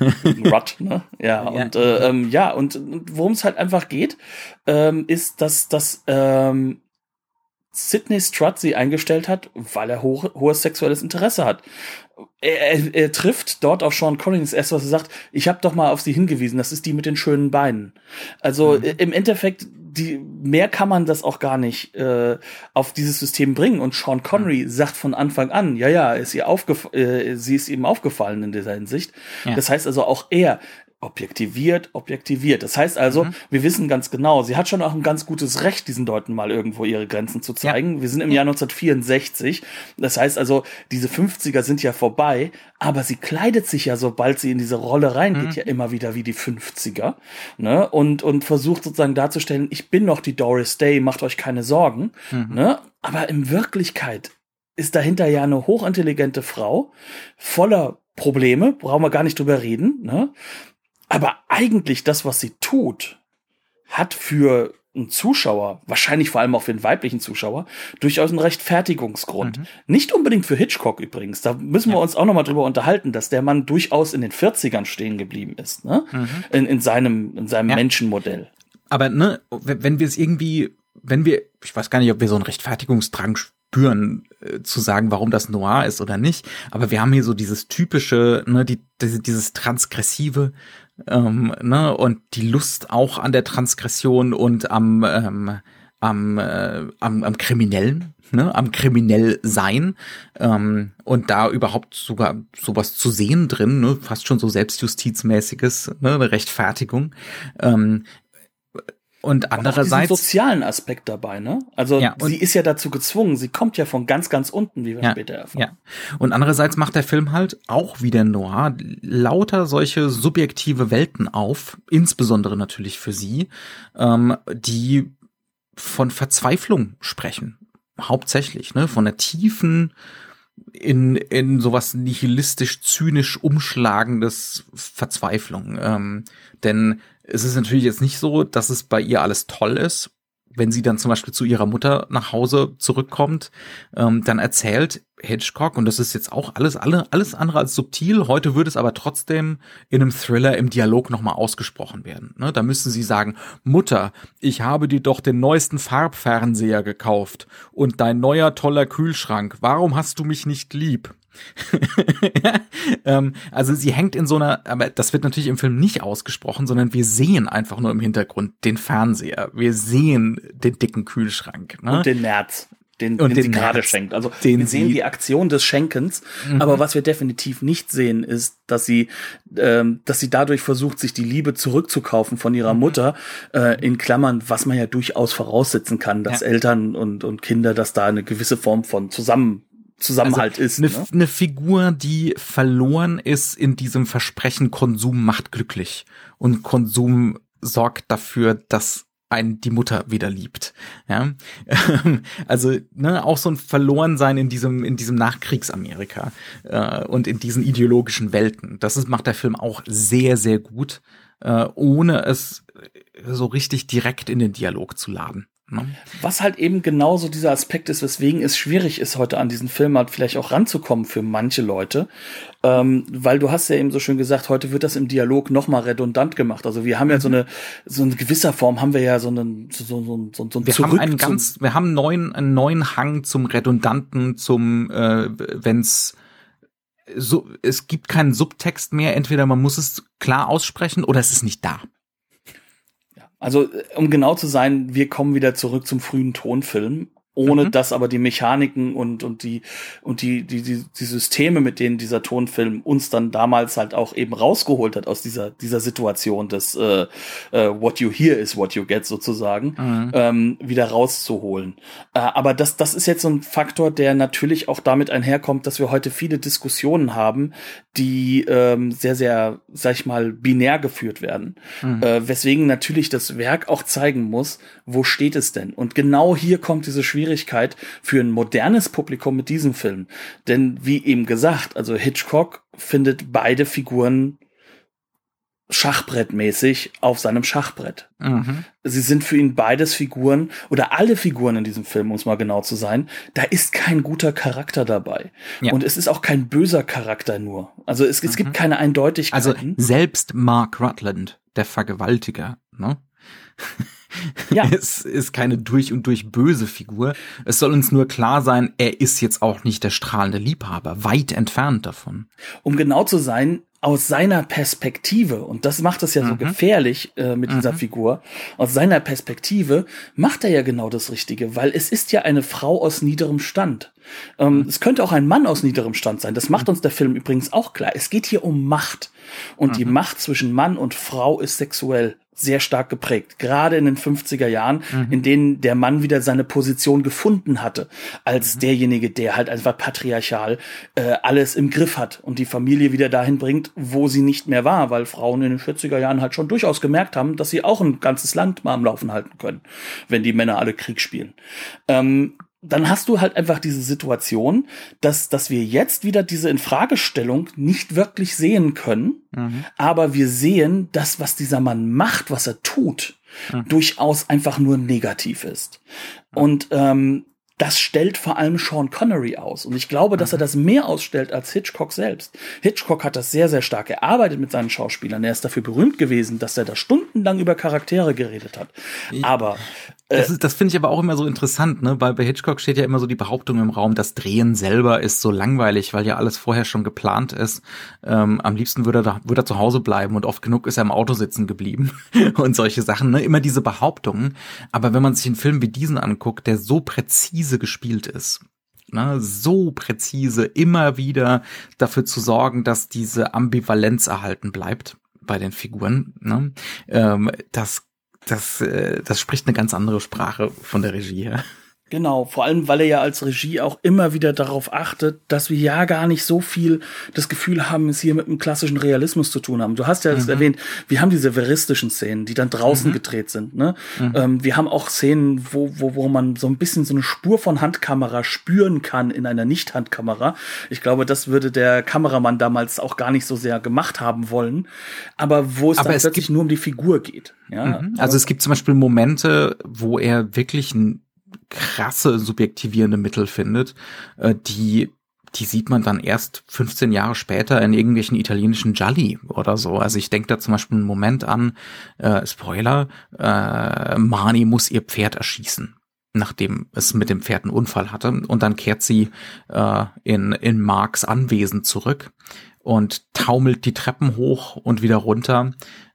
C: Rutt, ne? Ja, ja. und äh, ähm, ja, und, und worum es halt einfach geht, ähm, ist, dass, dass ähm, Sidney Strutt sie eingestellt hat, weil er ho- hohes sexuelles Interesse hat. Er, er, er trifft dort auf Sean Connery, das erste, was er sagt, ich habe doch mal auf sie hingewiesen, das ist die mit den schönen Beinen. Also mhm. im Endeffekt, die mehr kann man das auch gar nicht äh, auf dieses System bringen. Und Sean Connery mhm. sagt von Anfang an, ja, ja, ist ihr aufgef- äh, sie ist ihm aufgefallen in dieser Hinsicht. Ja. Das heißt also auch er objektiviert, objektiviert. Das heißt also, mhm. wir wissen ganz genau, sie hat schon auch ein ganz gutes Recht, diesen Leuten mal irgendwo ihre Grenzen zu zeigen. Ja. Wir sind im Jahr neunzehnhundertvierundsechzig. Das heißt also, diese fünfziger sind ja vorbei, aber sie kleidet sich ja, sobald sie in diese Rolle reingeht, mhm. ja immer wieder wie die fünfziger, ne? Und, und versucht sozusagen darzustellen, ich bin noch die Doris Day, macht euch keine Sorgen, mhm. ne? Aber in Wirklichkeit ist dahinter ja eine hochintelligente Frau, voller Probleme, brauchen wir gar nicht drüber reden, ne? Aber eigentlich das, was sie tut, hat für einen Zuschauer, wahrscheinlich vor allem auch für einen weiblichen Zuschauer, durchaus einen Rechtfertigungsgrund. Mhm. Nicht unbedingt für Hitchcock übrigens. Da müssen wir ja. uns auch noch mal drüber unterhalten, dass der Mann durchaus in den vierzigern stehen geblieben ist, ne? Mhm. In, in seinem, in seinem ja. Menschenmodell.
B: Aber ne, wenn wir es irgendwie, wenn wir, ich weiß gar nicht, ob wir so einen Rechtfertigungsdrang spüren, äh, zu sagen, warum das Noir ist oder nicht, aber wir haben hier so dieses typische, ne, die, dieses transgressive, Ähm, ne? Und die Lust auch an der Transgression und am ähm, am, äh, am am Kriminellen, ne, am kriminell sein, ähm, und da überhaupt sogar sowas zu sehen drin, ne, fast schon so selbstjustizmäßiges, ne, eine Rechtfertigung. Ähm, und andererseits
C: auch diesen sozialen Aspekt dabei, ne? Also
B: ja,
C: sie ist ja dazu gezwungen, sie kommt ja von ganz, ganz unten, wie wir
B: ja,
C: später erfahren.
B: Ja. Und andererseits macht der Film halt auch wieder Noir lauter solche subjektive Welten auf, insbesondere natürlich für sie, ähm, die von Verzweiflung sprechen, hauptsächlich, ne, von der tiefen, in in sowas nihilistisch, zynisch umschlagendes Verzweiflung. Ähm, denn es ist natürlich jetzt nicht so, dass es bei ihr alles toll ist. Wenn sie dann zum Beispiel zu ihrer Mutter nach Hause zurückkommt, ähm, dann erzählt Hitchcock, und das ist jetzt auch alles, alle, alles andere als subtil, heute würde es aber trotzdem in einem Thriller im Dialog nochmal ausgesprochen werden. Ne? Da müssen sie sagen, Mutter, ich habe dir doch den neuesten Farbfernseher gekauft und dein neuer toller Kühlschrank. Warum hast du mich nicht lieb? ähm, also sie hängt in so einer, aber das wird natürlich im Film nicht ausgesprochen, sondern wir sehen einfach nur im Hintergrund den Fernseher. Wir sehen den dicken Kühlschrank. Ne?
C: Und den März. Den,
B: und
C: den,
B: den
C: sie gerade
B: März,
C: schenkt. Also
B: den
C: wir sehen
B: sie,
C: die Aktion des Schenkens,
B: mhm.
C: aber was wir definitiv nicht sehen, ist, dass sie, ähm, dass sie dadurch versucht, sich die Liebe zurückzukaufen von ihrer mhm. Mutter, äh, in Klammern, was man ja durchaus voraussetzen kann, dass ja. Eltern und und Kinder, dass da eine gewisse Form von Zusammen Zusammenhalt also ist.
B: Eine
C: ne?
B: ne Figur, die verloren ist in diesem Versprechen, Konsum macht glücklich und Konsum sorgt dafür, dass einen die Mutter wieder liebt. Ja, also ne, auch so ein Verlorensein in diesem in diesem Nachkriegsamerika äh, und in diesen ideologischen Welten. Das ist, macht der Film auch sehr sehr gut, äh, ohne es so richtig direkt in den Dialog zu laden.
C: Was halt eben genauso dieser Aspekt ist, weswegen es schwierig ist, heute an diesen Film halt vielleicht auch ranzukommen für manche Leute, ähm, weil du hast ja eben so schön gesagt, heute wird das im Dialog nochmal redundant gemacht. Also wir haben ja so eine, so eine gewisser Form haben wir ja so einen, so, so, so, so, so ein
B: wir
C: Zurück
B: haben einen ganz, wir haben einen neuen, einen neuen Hang zum Redundanten, zum, äh, wenn's so, es gibt keinen Subtext mehr, entweder man muss es klar aussprechen oder es ist nicht da.
C: Also, um genau zu sein, wir kommen wieder zurück zum frühen Tonfilm, ohne mhm. dass aber die Mechaniken und und die und die die die die Systeme, mit denen dieser Tonfilm uns dann damals halt auch eben rausgeholt hat aus dieser dieser Situation des äh, äh, What you hear is what you get sozusagen, mhm. ähm, wieder rauszuholen. Äh, aber das das ist jetzt so ein Faktor, der natürlich auch damit einherkommt, dass wir heute viele Diskussionen haben, die ähm, sehr sehr, sag ich mal, binär geführt werden, mhm. äh, weswegen natürlich das Werk auch zeigen muss, wo steht es denn? Und genau hier kommt diese Schwierigkeit für ein modernes Publikum mit diesem Film. Denn wie eben gesagt, also Hitchcock findet beide Figuren schachbrettmäßig auf seinem Schachbrett. Mhm. Sie sind für ihn beides Figuren oder alle Figuren in diesem Film, um es mal genau zu sein. Da ist kein guter Charakter dabei. Ja. Und es ist auch kein böser Charakter nur. Also es, es mhm. gibt keine Eindeutigkeiten.
B: Also selbst Mark Rutland, der Vergewaltiger, ne? Ja. Es ist keine durch und durch böse Figur. Es soll uns nur klar sein, er ist jetzt auch nicht der strahlende Liebhaber, weit entfernt davon.
C: Um genau zu sein, aus seiner Perspektive, und das macht es ja mhm. so gefährlich äh, mit mhm. dieser Figur, aus seiner Perspektive macht er ja genau das Richtige, weil es ist ja eine Frau aus niederem Stand. Ähm, mhm. Es könnte auch ein Mann aus niederem Stand sein. Das macht uns der Film übrigens auch klar. Es geht hier um Macht. Und mhm. die Macht zwischen Mann und Frau ist sexuell sehr stark geprägt. Gerade in den fünfziger Jahren, mhm. in denen der Mann wieder seine Position gefunden hatte, als mhm. derjenige, der halt einfach patriarchal äh, alles im Griff hat und die Familie wieder dahin bringt, wo sie nicht mehr war, weil Frauen in den vierziger Jahren halt schon durchaus gemerkt haben, dass sie auch ein ganzes Land mal am Laufen halten können, wenn die Männer alle Krieg spielen. Ähm, dann hast du halt einfach diese Situation, dass dass wir jetzt wieder diese Infragestellung nicht wirklich sehen können, mhm. aber wir sehen, dass was dieser Mann macht, was er tut, mhm. durchaus einfach nur negativ ist. Mhm. Und ähm, das stellt vor allem Sean Connery aus. Und ich glaube, dass er das mehr ausstellt als Hitchcock selbst. Hitchcock hat das sehr, sehr stark erarbeitet mit seinen Schauspielern. Er ist dafür berühmt gewesen, dass er da stundenlang über Charaktere geredet hat. Aber
B: Das, ist, das finde ich aber auch immer so interessant, ne? Weil bei Hitchcock steht ja immer so die Behauptung im Raum, das Drehen selber ist so langweilig, weil ja alles vorher schon geplant ist. Ähm, am liebsten würde er, da, würde er zu Hause bleiben und oft genug ist er im Auto sitzen geblieben und solche Sachen, ne? Immer diese Behauptungen. Aber wenn man sich einen Film wie diesen anguckt, der so präzise gespielt ist, ne? So präzise, immer wieder dafür zu sorgen, dass diese Ambivalenz erhalten bleibt bei den Figuren, ne? Ähm, das Das, äh, das spricht eine ganz andere Sprache von der Regie her.
C: Genau, vor allem, weil er ja als Regie auch immer wieder darauf achtet, dass wir ja gar nicht so viel das Gefühl haben, es hier mit einem klassischen Realismus zu tun haben. Du hast ja mhm. das erwähnt, wir haben diese veristischen Szenen, die dann draußen mhm. gedreht sind. Ne? Mhm. Ähm, wir haben auch Szenen, wo, wo, wo man so ein bisschen so eine Spur von Handkamera spüren kann in einer Nicht-Handkamera. Ich glaube, das würde der Kameramann damals auch gar nicht so sehr gemacht haben wollen. Aber wo es Aber dann es plötzlich nur um die Figur geht. Ja?
B: Mhm. Also es gibt zum Beispiel Momente, wo er wirklich ein krasse subjektivierende Mittel findet, die die sieht man dann erst fünfzehn Jahre später in irgendwelchen italienischen Gialli oder so. Also ich denke da zum Beispiel einen Moment an, äh, Spoiler, äh, Marnie muss ihr Pferd erschießen, nachdem es mit dem Pferd einen Unfall hatte. Und dann kehrt sie äh, in, in Marks Anwesen zurück und taumelt die Treppen hoch und wieder runter.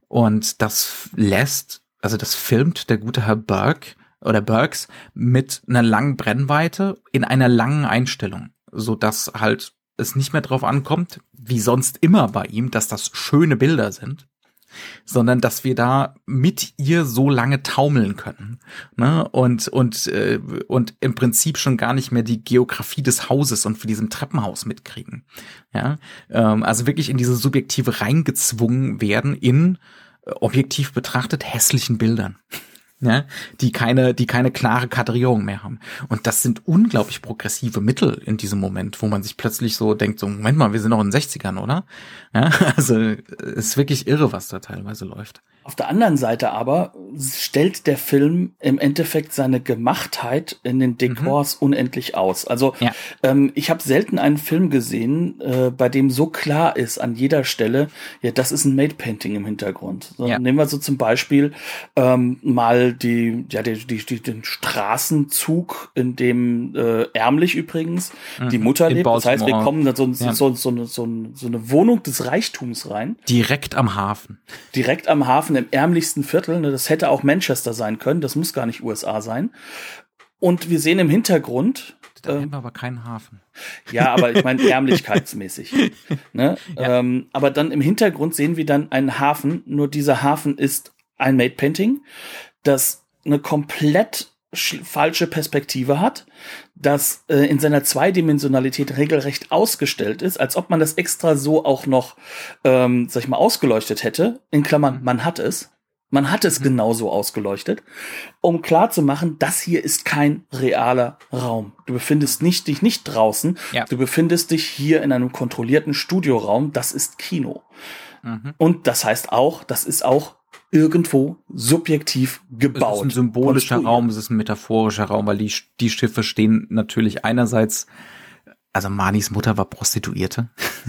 B: Und das lässt, also das filmt der gute Herr Burke oder Burks mit einer langen Brennweite in einer langen Einstellung, so dass halt es nicht mehr drauf ankommt, wie sonst immer bei ihm, dass das schöne Bilder sind, sondern dass wir da mit ihr so lange taumeln können, ne? Und und äh, und im Prinzip schon gar nicht mehr die Geografie des Hauses und für diesem Treppenhaus mitkriegen, ja, ähm, also wirklich in diese Subjektive reingezwungen werden in äh, objektiv betrachtet hässlichen Bildern. Ja, die keine, die keine klare Kadrierung mehr haben. Und das sind unglaublich progressive Mittel in diesem Moment, wo man sich plötzlich so denkt, so, Moment mal, wir sind noch in den sechzigern, oder? Ja, also, es ist wirklich irre, was da teilweise läuft.
C: Auf der anderen Seite aber stellt der Film im Endeffekt seine Gemachtheit in den Dekors mhm. unendlich aus. Also ja. ähm, ich habe selten einen Film gesehen, äh, bei dem so klar ist an jeder Stelle, ja, das ist ein Made-Painting im Hintergrund. So, ja. Nehmen wir so zum Beispiel ähm, mal die, ja, die, die, die, den Straßenzug, in dem äh, ärmlich übrigens mhm. die Mutter in lebt. Baltimore. Das heißt, wir kommen da so, ja. so, so, so, so, so eine Wohnung des Reichtums rein.
B: Direkt am Hafen.
C: Direkt am Hafen. Im ärmlichsten Viertel, ne, das hätte auch Manchester sein können, das muss gar nicht U S A sein. Und wir sehen im Hintergrund.
B: Da äh, haben wir aber keinen Hafen.
C: Ja, aber ich meine ärmlichkeitsmäßig. ne? ja. ähm, aber dann im Hintergrund sehen wir dann einen Hafen, nur dieser Hafen ist ein Made Painting, das eine komplett falsche Perspektive hat, das äh, in seiner Zweidimensionalität regelrecht ausgestellt ist, als ob man das extra so auch noch, ähm, sag ich mal, ausgeleuchtet hätte. In Klammern, man hat es. Man hat es mhm. genauso ausgeleuchtet, um klarzumachen, das hier ist kein realer Raum. Du befindest nicht, dich nicht draußen, ja. du befindest dich hier in einem kontrollierten Studioraum, das ist Kino. Mhm. Und das heißt auch, das ist auch irgendwo subjektiv gebaut.
B: Es ist ein symbolischer Raum, es ist ein metaphorischer Raum, weil die, die Schiffe stehen natürlich einerseits, also Marnies Mutter war Prostituierte,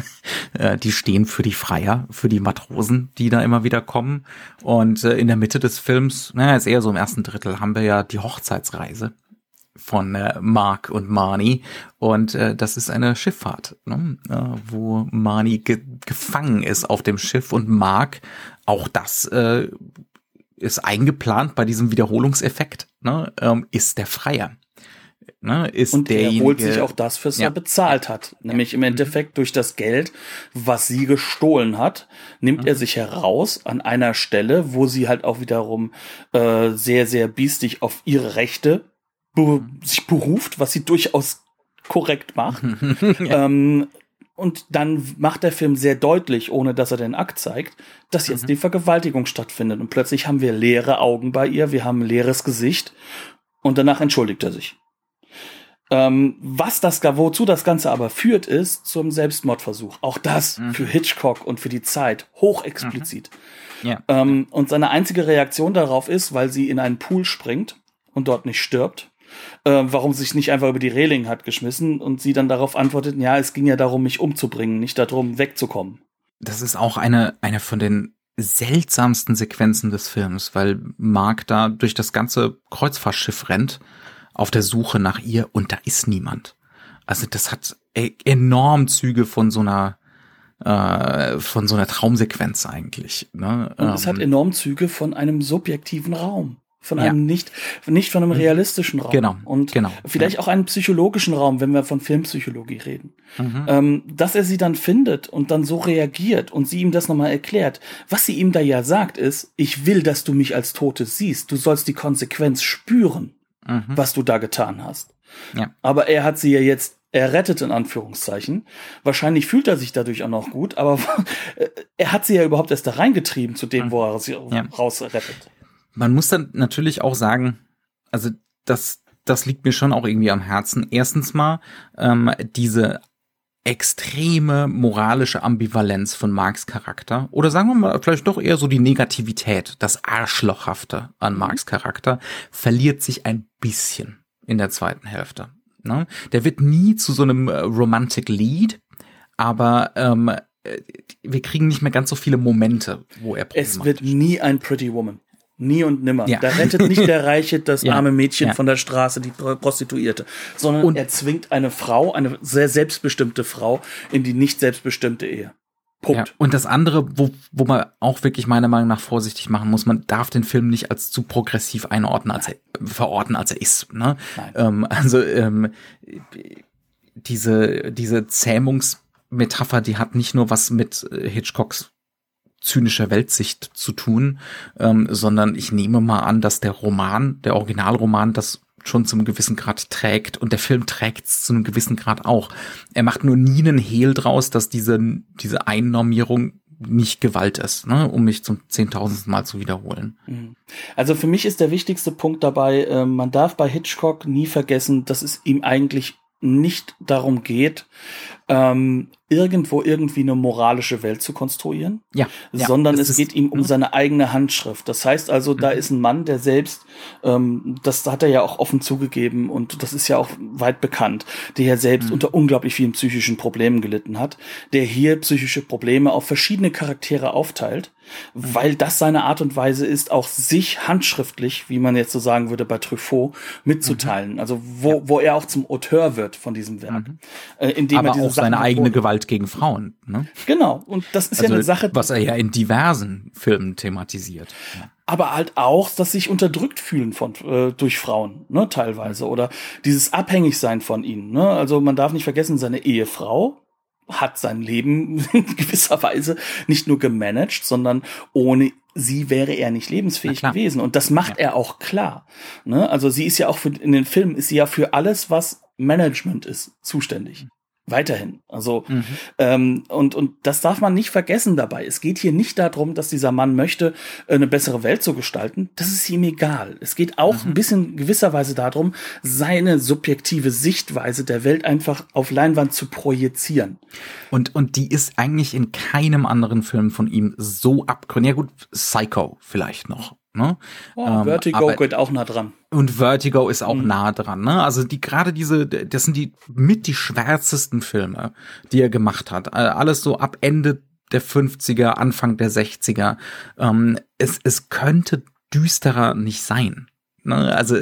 B: die stehen für die Freier, für die Matrosen, die da immer wieder kommen. Und in der Mitte des Films, naja, ist eher so im ersten Drittel, haben wir ja die Hochzeitsreise von äh, Mark und Marnie und äh, das ist eine Schifffahrt, ne? äh, wo Marnie ge- gefangen ist auf dem Schiff und Mark, auch das äh, ist eingeplant bei diesem Wiederholungseffekt, ne? ähm, ist der Freier. Ne? Ist
C: und er holt sich auch das, was ja. er bezahlt hat, nämlich im Endeffekt durch das Geld, was sie gestohlen hat, nimmt mhm. er sich heraus an einer Stelle, wo sie halt auch wiederum äh, sehr, sehr biestig auf ihre Rechte Be- sich beruft, was sie durchaus korrekt macht. ja. ähm, und dann macht der Film sehr deutlich, ohne dass er den Akt zeigt, dass jetzt mhm. die Vergewaltigung stattfindet. Und plötzlich haben wir leere Augen bei ihr, wir haben ein leeres Gesicht und danach entschuldigt er sich. Ähm, was das, wozu das Ganze aber führt, ist zum Selbstmordversuch. Auch das mhm. für Hitchcock und für die Zeit hochexplizit. Mhm. Ja. Ähm, und seine einzige Reaktion darauf ist, weil sie in einen Pool springt und dort nicht stirbt, Äh, warum sie sich nicht einfach über die Reling hat geschmissen und sie dann darauf antwortet, ja, es ging ja darum, mich umzubringen, nicht darum, wegzukommen.
B: Das ist auch eine eine von den seltsamsten Sequenzen des Films, weil Mark da durch das ganze Kreuzfahrtschiff rennt auf der Suche nach ihr und da ist niemand. Also das hat e- enorm Züge von so einer äh, von so einer Traumsequenz eigentlich. Ne?
C: Und es
B: ähm,
C: hat enorm Züge von einem subjektiven Raum. Von
B: Ja.
C: einem nicht, nicht von einem realistischen Raum.
B: Genau,
C: Und
B: genau,
C: vielleicht
B: ja.
C: auch einen psychologischen Raum, wenn wir von Filmpsychologie reden.
B: Mhm.
C: Ähm, dass er sie dann findet und dann so reagiert und sie ihm das nochmal erklärt. Was sie ihm da ja sagt ist, ich will, dass du mich als Tote siehst. Du sollst die Konsequenz spüren,
B: Mhm.
C: was du da getan hast.
B: Ja.
C: Aber er hat sie ja jetzt errettet, in Anführungszeichen. Wahrscheinlich fühlt er sich dadurch auch noch gut, aber er hat sie ja überhaupt erst da reingetrieben zu dem, wo er sie
B: Ja.
C: rausrettet.
B: Man muss dann natürlich auch sagen, also das, das liegt mir schon auch irgendwie am Herzen. Erstens mal ähm, diese extreme moralische Ambivalenz von Marks Charakter. Oder sagen wir mal vielleicht doch eher so die Negativität, das Arschlochhafte an Marks Charakter, verliert sich ein bisschen in der zweiten Hälfte. Ne? Der wird nie zu so einem äh, Romantic Lead, aber ähm, äh, wir kriegen nicht mehr ganz so viele Momente, wo er
C: Es
B: problematisch
C: wird nie ein Pretty Woman. Nie und nimmer.
B: Ja.
C: Da rettet nicht der Reiche das
B: Ja.
C: arme Mädchen
B: Ja.
C: von der Straße, die Pro- Prostituierte, sondern
B: Und-
C: er zwingt eine Frau, eine sehr selbstbestimmte Frau, in die nicht selbstbestimmte Ehe. Punkt.
B: Ja, und das andere, wo, wo man auch wirklich meiner Meinung nach vorsichtig machen muss, man darf den Film nicht als zu progressiv einordnen, als er, verorten, als er ist. Ne?
C: Nein.
B: Ähm, also ähm, diese, diese Zähmungsmetapher, die hat nicht nur was mit äh, Hitchcocks zynischer Weltsicht zu tun, ähm, sondern ich nehme mal an, dass der Roman, der Originalroman, das schon zu einem gewissen Grad trägt und der Film trägt es zu einem gewissen Grad auch. Er macht nur nie einen Hehl draus, dass diese, diese Einnormierung nicht Gewalt ist, ne, um mich zum zehntausendsten Mal zu wiederholen.
C: Also für mich ist der wichtigste Punkt dabei, äh, man darf bei Hitchcock nie vergessen, dass es ihm eigentlich nicht darum geht, ähm, irgendwo irgendwie eine moralische Welt zu konstruieren,
B: Ja, ja,
C: sondern
B: es
C: es geht
B: ist-
C: ihm um seine eigene Handschrift. Das heißt also, da ist ein Mann, der selbst, ähm, das hat er ja auch offen zugegeben und das ist ja auch weit bekannt, der ja selbst unter unglaublich vielen psychischen Problemen gelitten hat, der hier psychische Probleme auf verschiedene Charaktere aufteilt, weil das seine Art und Weise ist, auch sich handschriftlich, wie man jetzt so sagen würde bei Truffaut, mitzuteilen. Also wo, wo er auch zum Auteur wird von diesem Werk. Äh, indem
B: aber
C: er diese
B: auch seine
C: Sachen
B: eigene
C: hervorhebt.
B: Gewalt gegen Frauen. Ne?
C: Genau. Und das ist
B: Also,
C: ja eine Sache,
B: was er ja in diversen Filmen thematisiert.
C: aber halt auch, dass sich unterdrückt fühlen von äh, durch Frauen, ne, teilweise, oder dieses Abhängigsein von ihnen, ne? Also man darf nicht vergessen, seine Ehefrau hat sein Leben in gewisser Weise nicht nur gemanagt, sondern ohne sie wäre er nicht lebensfähig
B: Na klar.
C: gewesen. Und das macht
B: Ja.
C: er auch klar. Ne? Also sie ist ja auch für, in den Filmen ist sie ja für alles, was Management ist, zuständig. Weiterhin. Also,
B: Mhm.
C: ähm, und, und das darf man nicht vergessen dabei. Es geht hier nicht darum, dass dieser Mann möchte, eine bessere Welt zu gestalten. Das ist ihm egal. Es geht auch ein bisschen gewisserweise darum, seine subjektive Sichtweise der Welt einfach auf Leinwand zu projizieren.
B: Und, und die ist eigentlich in keinem anderen Film von ihm so abgründig. Ja gut, Psycho vielleicht noch. Ne?
C: Oh,
B: Ähm,
C: Vertigo
B: aber-
C: geht auch nah dran.
B: Und Vertigo ist auch
C: Mhm.
B: nah dran, ne? Also die gerade diese, das sind die mit die schwärzesten Filme, die er gemacht hat. Äh, Alles so ab Ende der fünfziger, Anfang der sechziger. Ähm, es, es könnte düsterer nicht sein. Ne? Also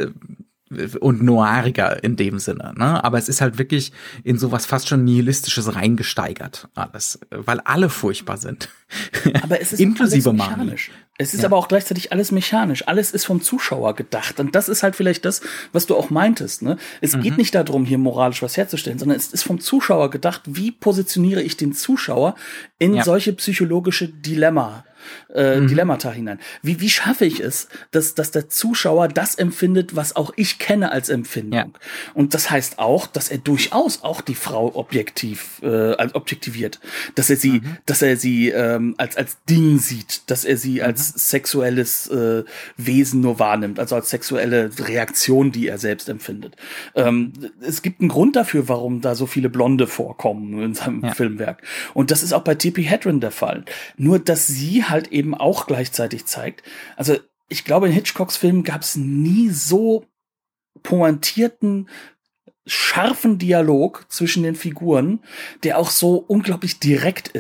B: und noiriger in dem Sinne, ne? Aber es ist halt wirklich in sowas fast schon Nihilistisches reingesteigert, alles. Weil alle furchtbar sind.
C: Aber es ist
B: Inklusive
C: alles
B: Marnie.
C: mechanisch. Es ist
B: Ja.
C: aber auch gleichzeitig alles mechanisch. Alles ist vom Zuschauer gedacht. Und das ist halt vielleicht das, was du auch meintest. Ne? Es
B: Mhm.
C: geht nicht darum, hier moralisch was herzustellen, sondern es ist vom Zuschauer gedacht, wie positioniere ich den Zuschauer in
B: Ja.
C: solche psychologische Dilemma. Äh,
B: Mhm.
C: Dilemmata hinein. Wie, wie schaffe ich es, dass, dass der Zuschauer das empfindet, was auch ich kenne als Empfindung?
B: Ja.
C: Und das heißt auch, dass er durchaus auch die Frau objektiv, äh, als objektiviert, dass er sie,
B: Mhm.
C: dass er sie ähm, als als Ding sieht, dass er sie
B: Mhm.
C: als sexuelles äh, Wesen nur wahrnimmt, also als sexuelle Reaktion, die er selbst empfindet. Ähm, es gibt einen Grund dafür, warum da so viele Blonde vorkommen in seinem
B: Ja.
C: Filmwerk. Und das ist auch bei Tippi Hedren der Fall. Nur, dass sie halt eben auch gleichzeitig zeigt. Also ich glaube, in Hitchcocks Filmen gab es nie so pointierten, scharfen Dialog zwischen den Figuren, der auch so unglaublich direkt ist.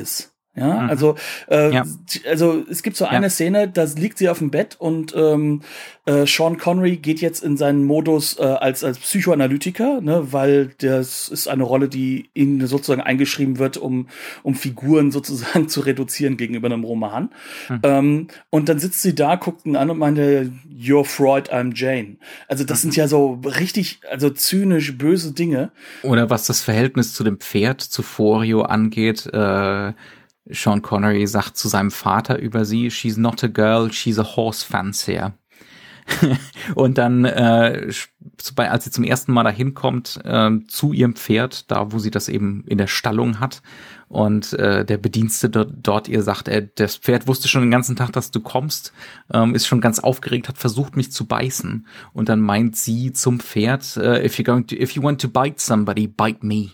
C: Ja,
B: Mhm.
C: also, äh,
B: Ja.
C: also es gibt so eine
B: Ja.
C: Szene, da liegt sie auf dem Bett und ähm, äh, Sean Connery geht jetzt in seinen Modus äh, als als Psychoanalytiker, ne, weil das ist eine Rolle, die ihm sozusagen eingeschrieben wird, um um Figuren sozusagen zu reduzieren gegenüber einem Roman.
B: Mhm.
C: Ähm, und dann sitzt sie da, guckt ihn an und meinte, "You're Freud, I'm Jane." Also das
B: Mhm.
C: sind ja so richtig, also zynisch böse Dinge.
B: Oder was das Verhältnis zu dem Pferd, zu Forio angeht, äh, Sean Connery sagt zu seinem Vater über sie, "She's not a girl, she's a horse fancier." Und dann, äh, als sie zum ersten Mal dahin kommt, äh, zu ihrem Pferd, da wo sie das eben in der Stallung hat, und äh, der Bedienstete dort ihr sagt, äh, das Pferd wusste schon den ganzen Tag, dass du kommst, ähm, ist schon ganz aufgeregt, hat versucht, mich zu beißen. Und dann meint sie zum Pferd, äh, if you're going to, if you want to bite somebody, bite me.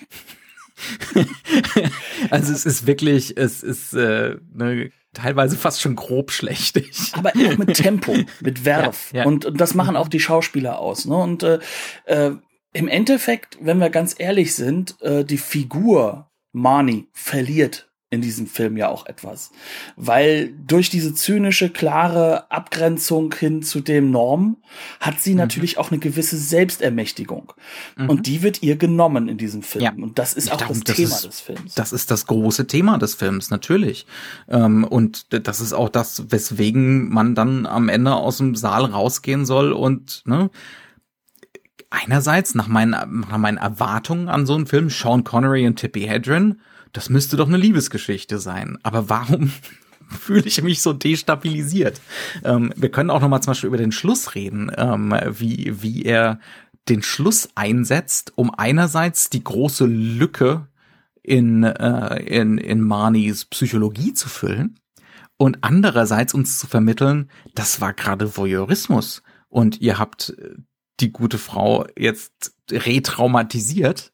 B: Also es ist wirklich, es ist äh, ne, teilweise fast schon grob schlechtig.
C: Aber auch mit Tempo, mit Werf.
B: Ja, ja.
C: Und, und das machen auch die Schauspieler aus. Ne? Und äh, äh, im Endeffekt, wenn wir ganz ehrlich sind, äh, die Figur Marnie verliert in diesem Film ja auch etwas. Weil durch diese zynische, klare Abgrenzung hin zu dem Norm hat sie mhm. natürlich auch eine gewisse Selbstermächtigung. Mhm. Und die wird ihr genommen in diesem Film. Ja. Und das ist
B: ja,
C: auch
B: darum,
C: das,
B: das
C: Thema
B: ist,
C: des Films.
B: Das ist das große Thema des Films, natürlich. Ähm, und das ist auch das, weswegen man dann am Ende aus dem Saal rausgehen soll und, ne, einerseits nach meinen, nach meinen Erwartungen an so einen Film, Sean Connery und Tippi Hedren, das müsste doch eine Liebesgeschichte sein. Aber warum fühle ich mich so destabilisiert? Ähm, wir können auch noch mal zum Beispiel über den Schluss reden, ähm, wie, wie er den Schluss einsetzt, um einerseits die große Lücke in, äh, in, in Marnies Psychologie zu füllen und andererseits uns zu vermitteln, das war gerade Voyeurismus und ihr habt die gute Frau jetzt retraumatisiert,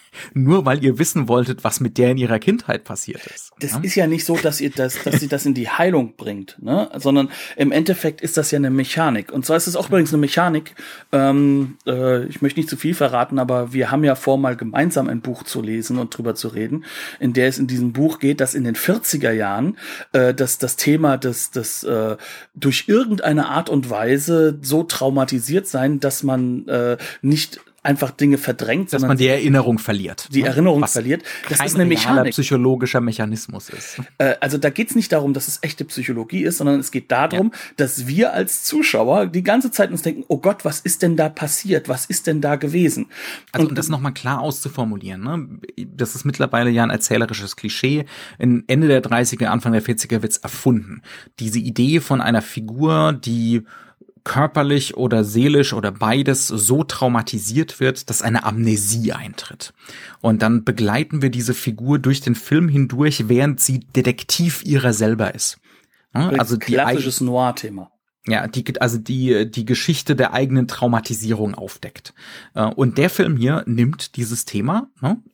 B: nur weil ihr wissen wolltet, was mit der in ihrer Kindheit passiert ist.
C: Das
B: ja?
C: ist ja nicht so, dass ihr das, dass sie das in die Heilung bringt, ne? Sondern im Endeffekt ist das ja eine Mechanik. Und zwar ist es auch übrigens eine Mechanik. Ähm, äh, ich möchte nicht zu viel verraten, aber wir haben ja vor, mal gemeinsam ein Buch zu lesen und drüber zu reden, in der es in diesem Buch geht, dass in den vierziger Jahren äh, dass das Thema des, des äh, durch irgendeine Art und Weise so traumatisiert sein, dass man äh, nicht einfach Dinge verdrängt,
B: dass man die Erinnerung verliert.
C: Die
B: ne?
C: Erinnerung
B: Was
C: verliert. Das
B: kein
C: ist eine Mechanik.
B: Psychologischer Mechanismus ist.
C: Äh, also da geht's nicht darum, dass es echte Psychologie ist, sondern es geht darum, ja. dass wir als Zuschauer die ganze Zeit uns denken, oh Gott, was ist denn da passiert? Was ist denn da gewesen?
B: Also
C: Und
B: um das nochmal klar auszuformulieren, ne? Das ist mittlerweile ja ein erzählerisches Klischee. In Ende der dreißiger, Anfang der vierziger wird's erfunden. Diese Idee von einer Figur, die körperlich oder seelisch oder beides so traumatisiert wird, dass eine Amnesie eintritt. Und dann begleiten wir diese Figur durch den Film hindurch, während sie Detektiv ihrer selber ist. Ja, also die
C: klassisches Noir-Thema.
B: Ja, die, also die, die Geschichte der eigenen Traumatisierung aufdeckt. Und der Film hier nimmt dieses Thema.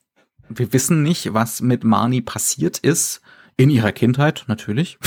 B: Wir wissen nicht, was mit Marnie passiert ist, in ihrer Kindheit, natürlich.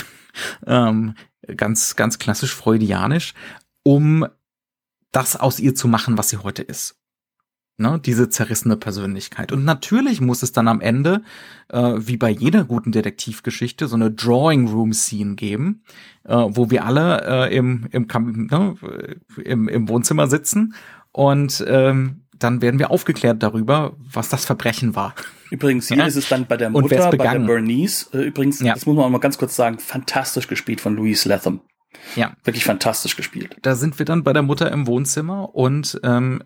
B: Ganz, ganz klassisch freudianisch, um das aus ihr zu machen, was sie heute ist. Ne, diese zerrissene Persönlichkeit. Und natürlich muss es dann am Ende, äh, wie bei jeder guten Detektivgeschichte, so eine Drawing-Room-Scene geben, äh, wo wir alle äh, im, im, ne, im, im Wohnzimmer sitzen und ähm, dann werden wir aufgeklärt darüber, was das Verbrechen war.
C: Übrigens, hier
B: ja?
C: ist es dann bei der Mutter, bei der Bernice. Äh, übrigens,
B: ja.
C: das muss man auch mal ganz kurz sagen, fantastisch gespielt von Louise Latham.
B: Ja.
C: Wirklich fantastisch gespielt.
B: Da sind wir dann bei der Mutter im Wohnzimmer und ähm,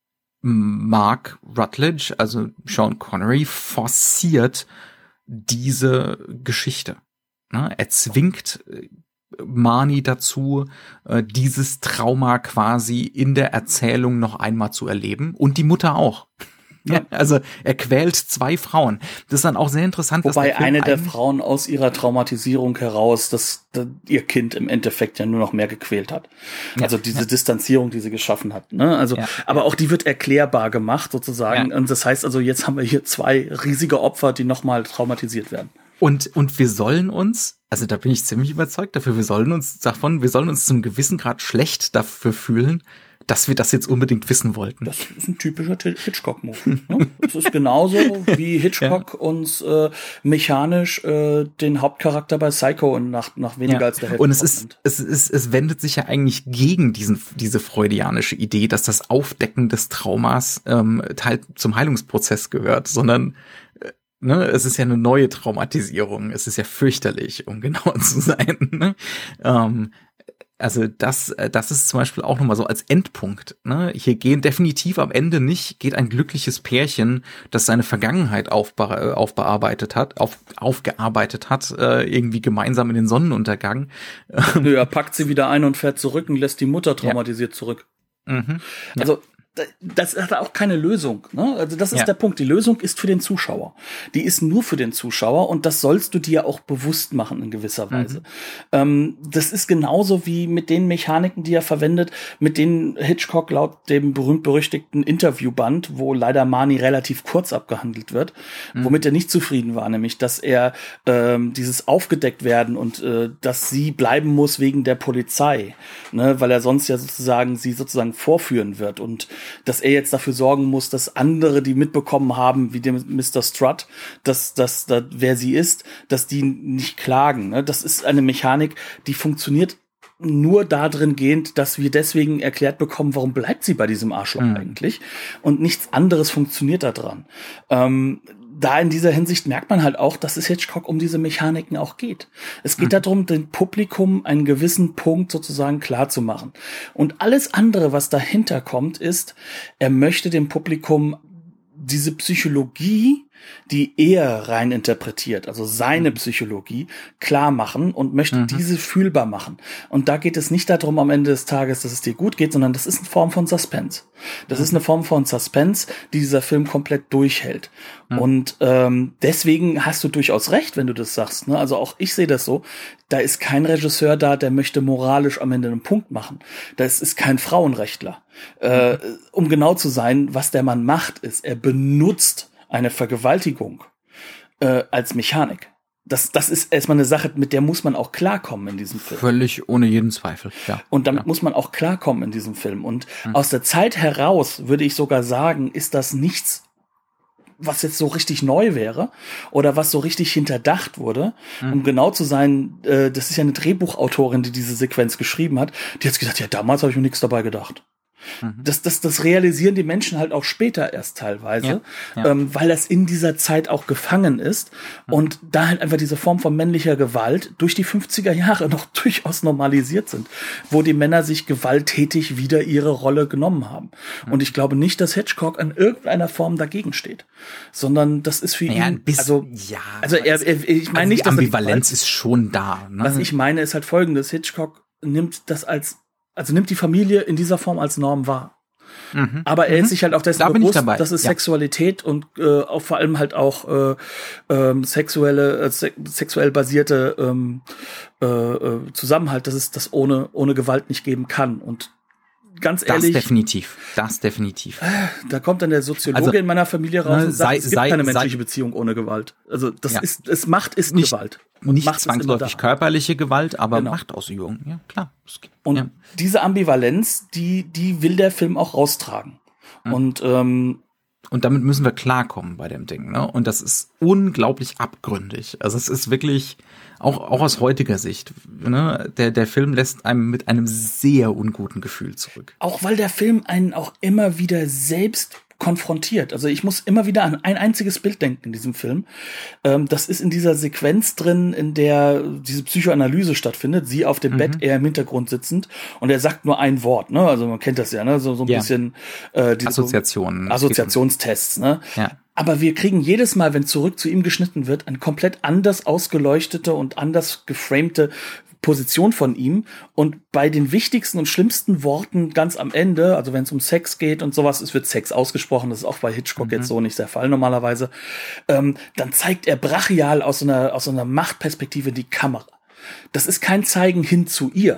B: Mark Rutledge, also Sean Connery, forciert diese Geschichte. Ne? Er zwingt Marnie dazu, dieses Trauma quasi in der Erzählung noch einmal zu erleben und die Mutter auch. Ja, also er quält zwei Frauen. Das ist dann auch sehr interessant.
C: Wobei
B: dass der
C: eine der Frauen aus ihrer Traumatisierung heraus, dass, dass ihr Kind im Endeffekt ja nur noch mehr gequält hat. Ja, also diese ja. Distanzierung, die sie geschaffen hat. Ne? Also, ja, aber ja. auch die wird erklärbar gemacht sozusagen. Ja. Und das heißt also, jetzt haben wir hier zwei riesige Opfer, die nochmal traumatisiert werden.
B: Und, und wir sollen uns, also da bin ich ziemlich überzeugt dafür, wir sollen uns davon, wir sollen uns zum gewissen Grad schlecht dafür fühlen, dass wir das jetzt unbedingt wissen wollten.
C: Das ist ein typischer Hitchcock-Move. Ne? Das ist genauso, wie Hitchcock ja. uns äh, mechanisch äh, den Hauptcharakter bei Psycho nach, nach weniger ja. als der Hälfte
B: Und es ist, es ist, es wendet sich ja eigentlich gegen diesen, diese freudianische Idee, dass das Aufdecken des Traumas ähm, Teil zum Heilungsprozess gehört, sondern äh, ne, es ist ja eine neue Traumatisierung. Es ist ja fürchterlich, um genauer zu sein. Ne? Ähm, Also das, das ist zum Beispiel auch nochmal so als Endpunkt. Ne? Hier gehen definitiv am Ende nicht, geht ein glückliches Pärchen, das seine Vergangenheit aufbe- aufbearbeitet hat, auf, aufgearbeitet hat, äh, irgendwie gemeinsam in den Sonnenuntergang.
C: Nö, er packt sie wieder ein und fährt zurück und lässt die Mutter traumatisiert ja. zurück.
B: Mhm. Ja.
C: Also das hat auch keine Lösung. Ne? Also das ist
B: ja.
C: der Punkt. Die Lösung ist für den Zuschauer. Die ist nur für den Zuschauer und das sollst du dir auch bewusst machen in gewisser Weise. Mhm. Ähm, das ist genauso wie mit den Mechaniken, die er verwendet, mit denen Hitchcock laut dem berühmt-berüchtigten Interviewband, wo leider Marnie relativ kurz abgehandelt wird, mhm. womit er nicht zufrieden war, nämlich dass er ähm, dieses aufgedeckt werden und äh, dass sie bleiben muss wegen der Polizei, ne? Weil er sonst ja sozusagen sie sozusagen vorführen wird und dass er jetzt dafür sorgen muss, dass andere, die mitbekommen haben, wie dem Mister Strutt, dass, dass, dass wer sie ist, dass die nicht klagen. Ne? Das ist eine Mechanik, die funktioniert nur darin gehend, dass wir deswegen erklärt bekommen, warum bleibt sie bei diesem Arschloch mhm. eigentlich und nichts anderes funktioniert da dran. Ähm, da in dieser Hinsicht merkt man halt auch, dass es Hitchcock um diese Mechaniken auch geht. Es geht mhm. darum, dem Publikum einen gewissen Punkt sozusagen klar zu machen. Und alles andere, was dahinter kommt, ist, er möchte dem Publikum diese Psychologie, die er rein interpretiert, also seine Psychologie, klar machen und möchte mhm. diese fühlbar machen. Und da geht es nicht darum am Ende des Tages, dass es dir gut geht, sondern das ist eine Form von Suspense. Das mhm. ist eine Form von Suspense, die dieser Film komplett durchhält. Mhm. Und ähm, deswegen hast du durchaus recht, wenn du das sagst. Ne? Also auch ich sehe das so. Da ist kein Regisseur da, der möchte moralisch am Ende einen Punkt machen. Das ist kein Frauenrechtler. Mhm. Äh, um genau zu sein, was der Mann macht, ist, er benutzt eine Vergewaltigung äh, als Mechanik. Das, das ist erstmal eine Sache, mit der muss man auch klarkommen in diesem Film.
B: Völlig ohne jeden Zweifel, ja.
C: Und damit
B: ja.
C: muss man auch klarkommen in diesem Film. Und mhm. aus der Zeit heraus, würde ich sogar sagen, ist das nichts, was jetzt so richtig neu wäre oder was so richtig hinterdacht wurde. Mhm. Um genau zu sein, äh, das ist ja eine Drehbuchautorin, die diese Sequenz geschrieben hat. Die hat gesagt, ja, damals habe ich mir nichts dabei gedacht. Das, das, das realisieren die Menschen halt auch später erst teilweise, ja, ja. Ähm, weil das in dieser Zeit auch gefangen ist mhm. und da halt einfach diese Form von männlicher Gewalt durch die fünfziger Jahre noch durchaus normalisiert sind, wo die Männer sich gewalttätig wieder ihre Rolle genommen haben. Mhm. Und ich glaube nicht, dass Hitchcock in irgendeiner Form dagegen steht, sondern das ist für
B: naja,
C: ihn,
B: bis,
C: also,
B: ja,
C: also er, er, ich meine
B: also
C: nicht,
B: die Ambivalenz ist schon da. Ne?
C: Was ich meine, ist halt Folgendes: Hitchcock nimmt das als Also nimmt die Familie in dieser Form als Norm wahr. Mhm. Aber er ist sich halt auch dessen
B: da
C: bewusst, dass es ja. Sexualität und äh, auch vor allem halt auch äh, ähm, sexuelle, äh, se- sexuell basierte ähm, äh, Zusammenhalt, dass es das ohne ohne Gewalt nicht geben kann. Und ganz ehrlich,
B: das definitiv, das definitiv.
C: Da kommt dann der Soziologe also, in meiner Familie raus ne, und sagt, sei, es gibt sei, keine menschliche sei, Beziehung ohne Gewalt. Also das ja. ist, es Macht ist
B: nicht,
C: Gewalt.
B: Und nicht zwangsläufig körperliche Gewalt, aber genau. Machtausübung. Ja, klar. Gibt,
C: und
B: ja.
C: diese Ambivalenz, die, die will der Film auch raustragen. Mhm. Und, ähm,
B: und damit müssen wir klarkommen bei dem Ding, ne? Und das ist unglaublich abgründig. Also es ist wirklich, auch, auch aus heutiger Sicht, ne? Der, der Film lässt einem mit einem sehr unguten Gefühl zurück.
C: Auch weil der Film einen auch immer wieder selbst konfrontiert. Also ich muss immer wieder an ein einziges Bild denken in diesem Film. Ähm, das ist in dieser Sequenz drin, in der diese Psychoanalyse stattfindet. Sie auf dem mhm. Bett, er im Hintergrund sitzend. Und er sagt nur ein Wort. Ne? Also man kennt das ja, ne? so, so ein ja. bisschen äh, diese
B: Assoziationen.
C: Assoziationstests. Ne?
B: Ja.
C: Aber wir kriegen jedes Mal, wenn zurück zu ihm geschnitten wird, eine komplett anders ausgeleuchtete und anders geframte Position von ihm. Und bei den wichtigsten und schlimmsten Worten ganz am Ende, also wenn es um Sex geht und sowas, es wird Sex ausgesprochen, das ist auch bei Hitchcock mhm. jetzt so nicht der Fall normalerweise, ähm, dann zeigt er brachial aus so einer, aus so einer Machtperspektive die Kamera. Das ist kein Zeigen hin zu ihr,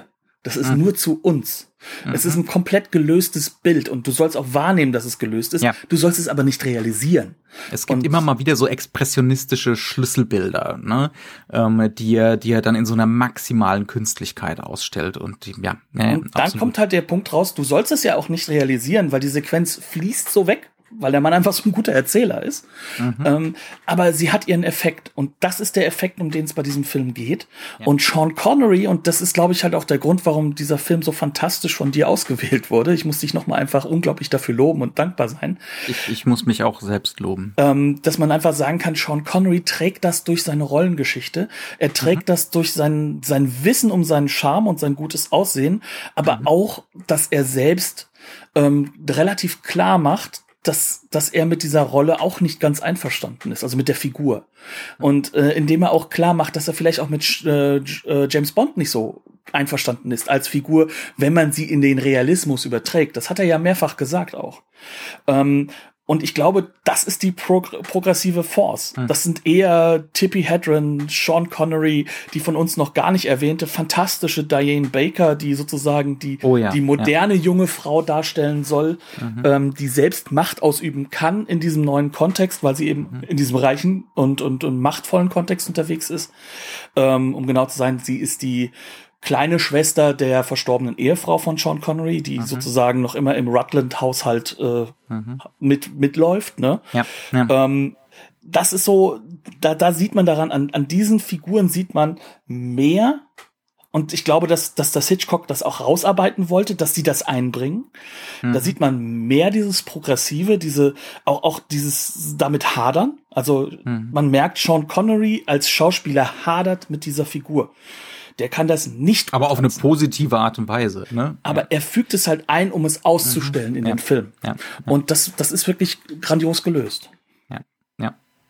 C: Das ist mhm. nur zu uns. Mhm. Es ist ein komplett gelöstes Bild und du sollst auch wahrnehmen, dass es gelöst ist. Ja. Du sollst es aber nicht realisieren.
B: Es gibt und immer mal wieder so expressionistische Schlüsselbilder, ne, ähm, die er, die er dann in so einer maximalen Künstlichkeit ausstellt und die, ja. ja
C: und dann absolut. Kommt halt der Punkt raus, du sollst es ja auch nicht realisieren, weil die Sequenz fließt so weg, weil der Mann einfach so ein guter Erzähler ist. Mhm. Ähm, aber sie hat ihren Effekt und das ist der Effekt, um den es bei diesem Film geht. Ja. Und Sean Connery, und das ist, glaube ich, halt auch der Grund, warum dieser Film so fantastisch von dir ausgewählt wurde. Ich muss dich nochmal einfach unglaublich dafür loben und dankbar sein.
B: Ich, ich muss mich auch selbst loben.
C: Ähm, dass man einfach sagen kann, Sean Connery trägt das durch seine Rollengeschichte. Er trägt mhm. das durch sein, sein Wissen um seinen Charme und sein gutes Aussehen, aber mhm. auch, dass er selbst ähm, relativ klar macht, dass, dass er mit dieser Rolle auch nicht ganz einverstanden ist, also mit der Figur. Und äh, indem er auch klar macht, dass er vielleicht auch mit äh, James Bond nicht so einverstanden ist als Figur, wenn man sie in den Realismus überträgt. Das hat er ja mehrfach gesagt auch. Ähm, Und ich glaube, das ist die prog- progressive Force. Hm. Das sind eher Tippi Hedren, Sean Connery, die von uns noch gar nicht erwähnte fantastische Diane Baker, die sozusagen die, oh ja, die moderne ja. junge Frau darstellen soll, mhm. ähm, die selbst Macht ausüben kann in diesem neuen Kontext, weil sie eben mhm. in diesem reichen und, und, und machtvollen Kontext unterwegs ist. Ähm, um genau zu sein, sie ist die kleine Schwester der verstorbenen Ehefrau von Sean Connery, die mhm. sozusagen noch immer im Rutland-Haushalt äh, mhm. mit mitläuft. Ne? Ja, ja. Ähm, das ist so, da, da sieht man daran, an, an diesen Figuren sieht man mehr. Und ich glaube, dass, dass das Hitchcock das auch rausarbeiten wollte, dass sie das einbringen. Mhm. Da sieht man mehr dieses Progressive, diese auch auch dieses damit hadern. Also mhm. man merkt, Sean Connery als Schauspieler hadert mit dieser Figur. Der kann das nicht.
B: Aber auf eine positive Art und Weise, ne?
C: Aber ja. er fügt es halt ein, um es auszustellen mhm. in ja. den Film. Ja. Ja. Und das, das ist wirklich grandios gelöst.
B: Ja, ja.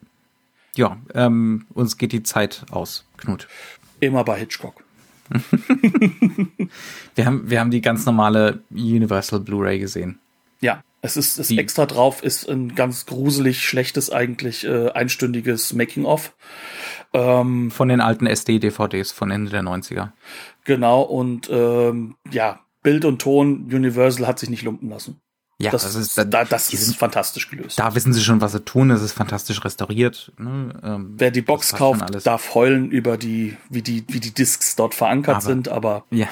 B: Ja, ähm, uns geht die Zeit aus, Knut.
C: Immer bei Hitchcock.
B: wir haben, wir haben die ganz normale Universal Blu-ray gesehen.
C: Ja. Es ist, ist extra drauf, ist ein ganz gruselig, schlechtes eigentlich, äh, einstündiges Making-of. Ähm,
B: von den alten S D-D V Ds von Ende der neunziger.
C: Genau, und ähm, ja, Bild und Ton, Universal hat sich nicht lumpen lassen.
B: Ja,
C: das,
B: das ist,
C: da, das ist sind, fantastisch gelöst.
B: Da wissen sie schon, was sie tun, es ist fantastisch restauriert. Ne? Ähm,
C: Wer die Box kauft, darf heulen über die, wie die, wie die Discs dort verankert aber, sind, aber...
B: Ja.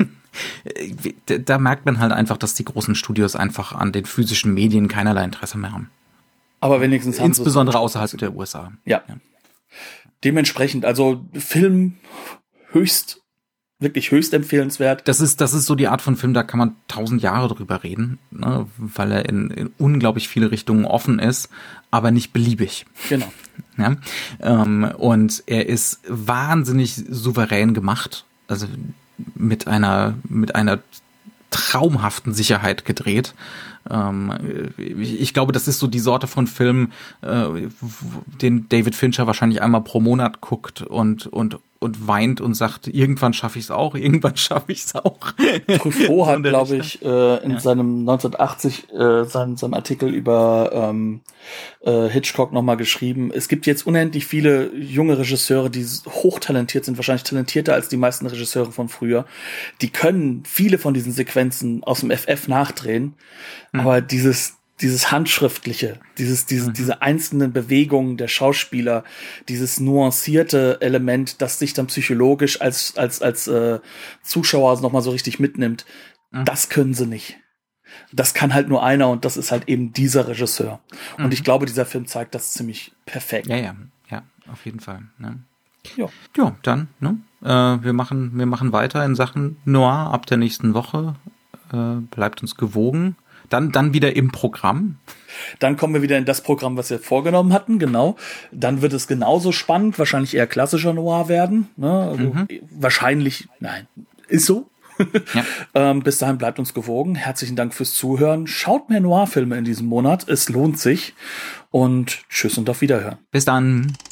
B: Da merkt man halt einfach, dass die großen Studios einfach an den physischen Medien keinerlei Interesse mehr haben.
C: Aber wenigstens haben
B: insbesondere außerhalb der U S A.
C: Ja. ja. Dementsprechend, also Film höchst, wirklich höchst empfehlenswert.
B: Das ist, das ist so die Art von Film, da kann man tausend Jahre drüber reden, ne, weil er in, in unglaublich viele Richtungen offen ist, aber nicht beliebig.
C: Genau.
B: Ja, ähm, und er ist wahnsinnig souverän gemacht. Also mit einer mit einer traumhaften Sicherheit gedreht. Ähm, ich, ich glaube, das ist so die Sorte von Film, äh, den David Fincher wahrscheinlich einmal pro Monat guckt und und und weint und sagt, irgendwann schaffe ich es auch, irgendwann schaffe ich es auch.
C: Truffaut hat, glaube ich, äh, in ja. seinem neunzehnhundertachtzig äh, seinem, seinem Artikel über ähm, äh, Hitchcock nochmal geschrieben, es gibt jetzt unendlich viele junge Regisseure, die hochtalentiert sind, wahrscheinlich talentierter als die meisten Regisseure von früher. Die können viele von diesen Sequenzen aus dem F F nachdrehen, mhm. aber dieses dieses handschriftliche, dieses, diese, mhm. diese einzelnen Bewegungen der Schauspieler, dieses nuancierte Element, das sich dann psychologisch als, als, als äh, Zuschauer nochmal so richtig mitnimmt, mhm. das können sie nicht. Das kann halt nur einer und das ist halt eben dieser Regisseur. Mhm. Und ich glaube, dieser Film zeigt das ziemlich perfekt.
B: Ja, ja, ja, auf jeden Fall. Ne? Ja. Ja, dann, ne? Äh, wir machen, wir machen weiter in Sachen Noir ab der nächsten Woche. Äh, bleibt uns gewogen. Dann, dann wieder im Programm.
C: Dann kommen wir wieder in das Programm, was wir vorgenommen hatten, genau. Dann wird es genauso spannend, wahrscheinlich eher klassischer Noir werden. Ne? Also mhm. Wahrscheinlich, nein, ist so. Ja. ähm, bis dahin bleibt uns gewogen. Herzlichen Dank fürs Zuhören. Schaut mehr Noir-Filme in diesem Monat. Es lohnt sich. Und tschüss und auf Wiederhören.
B: Bis dann.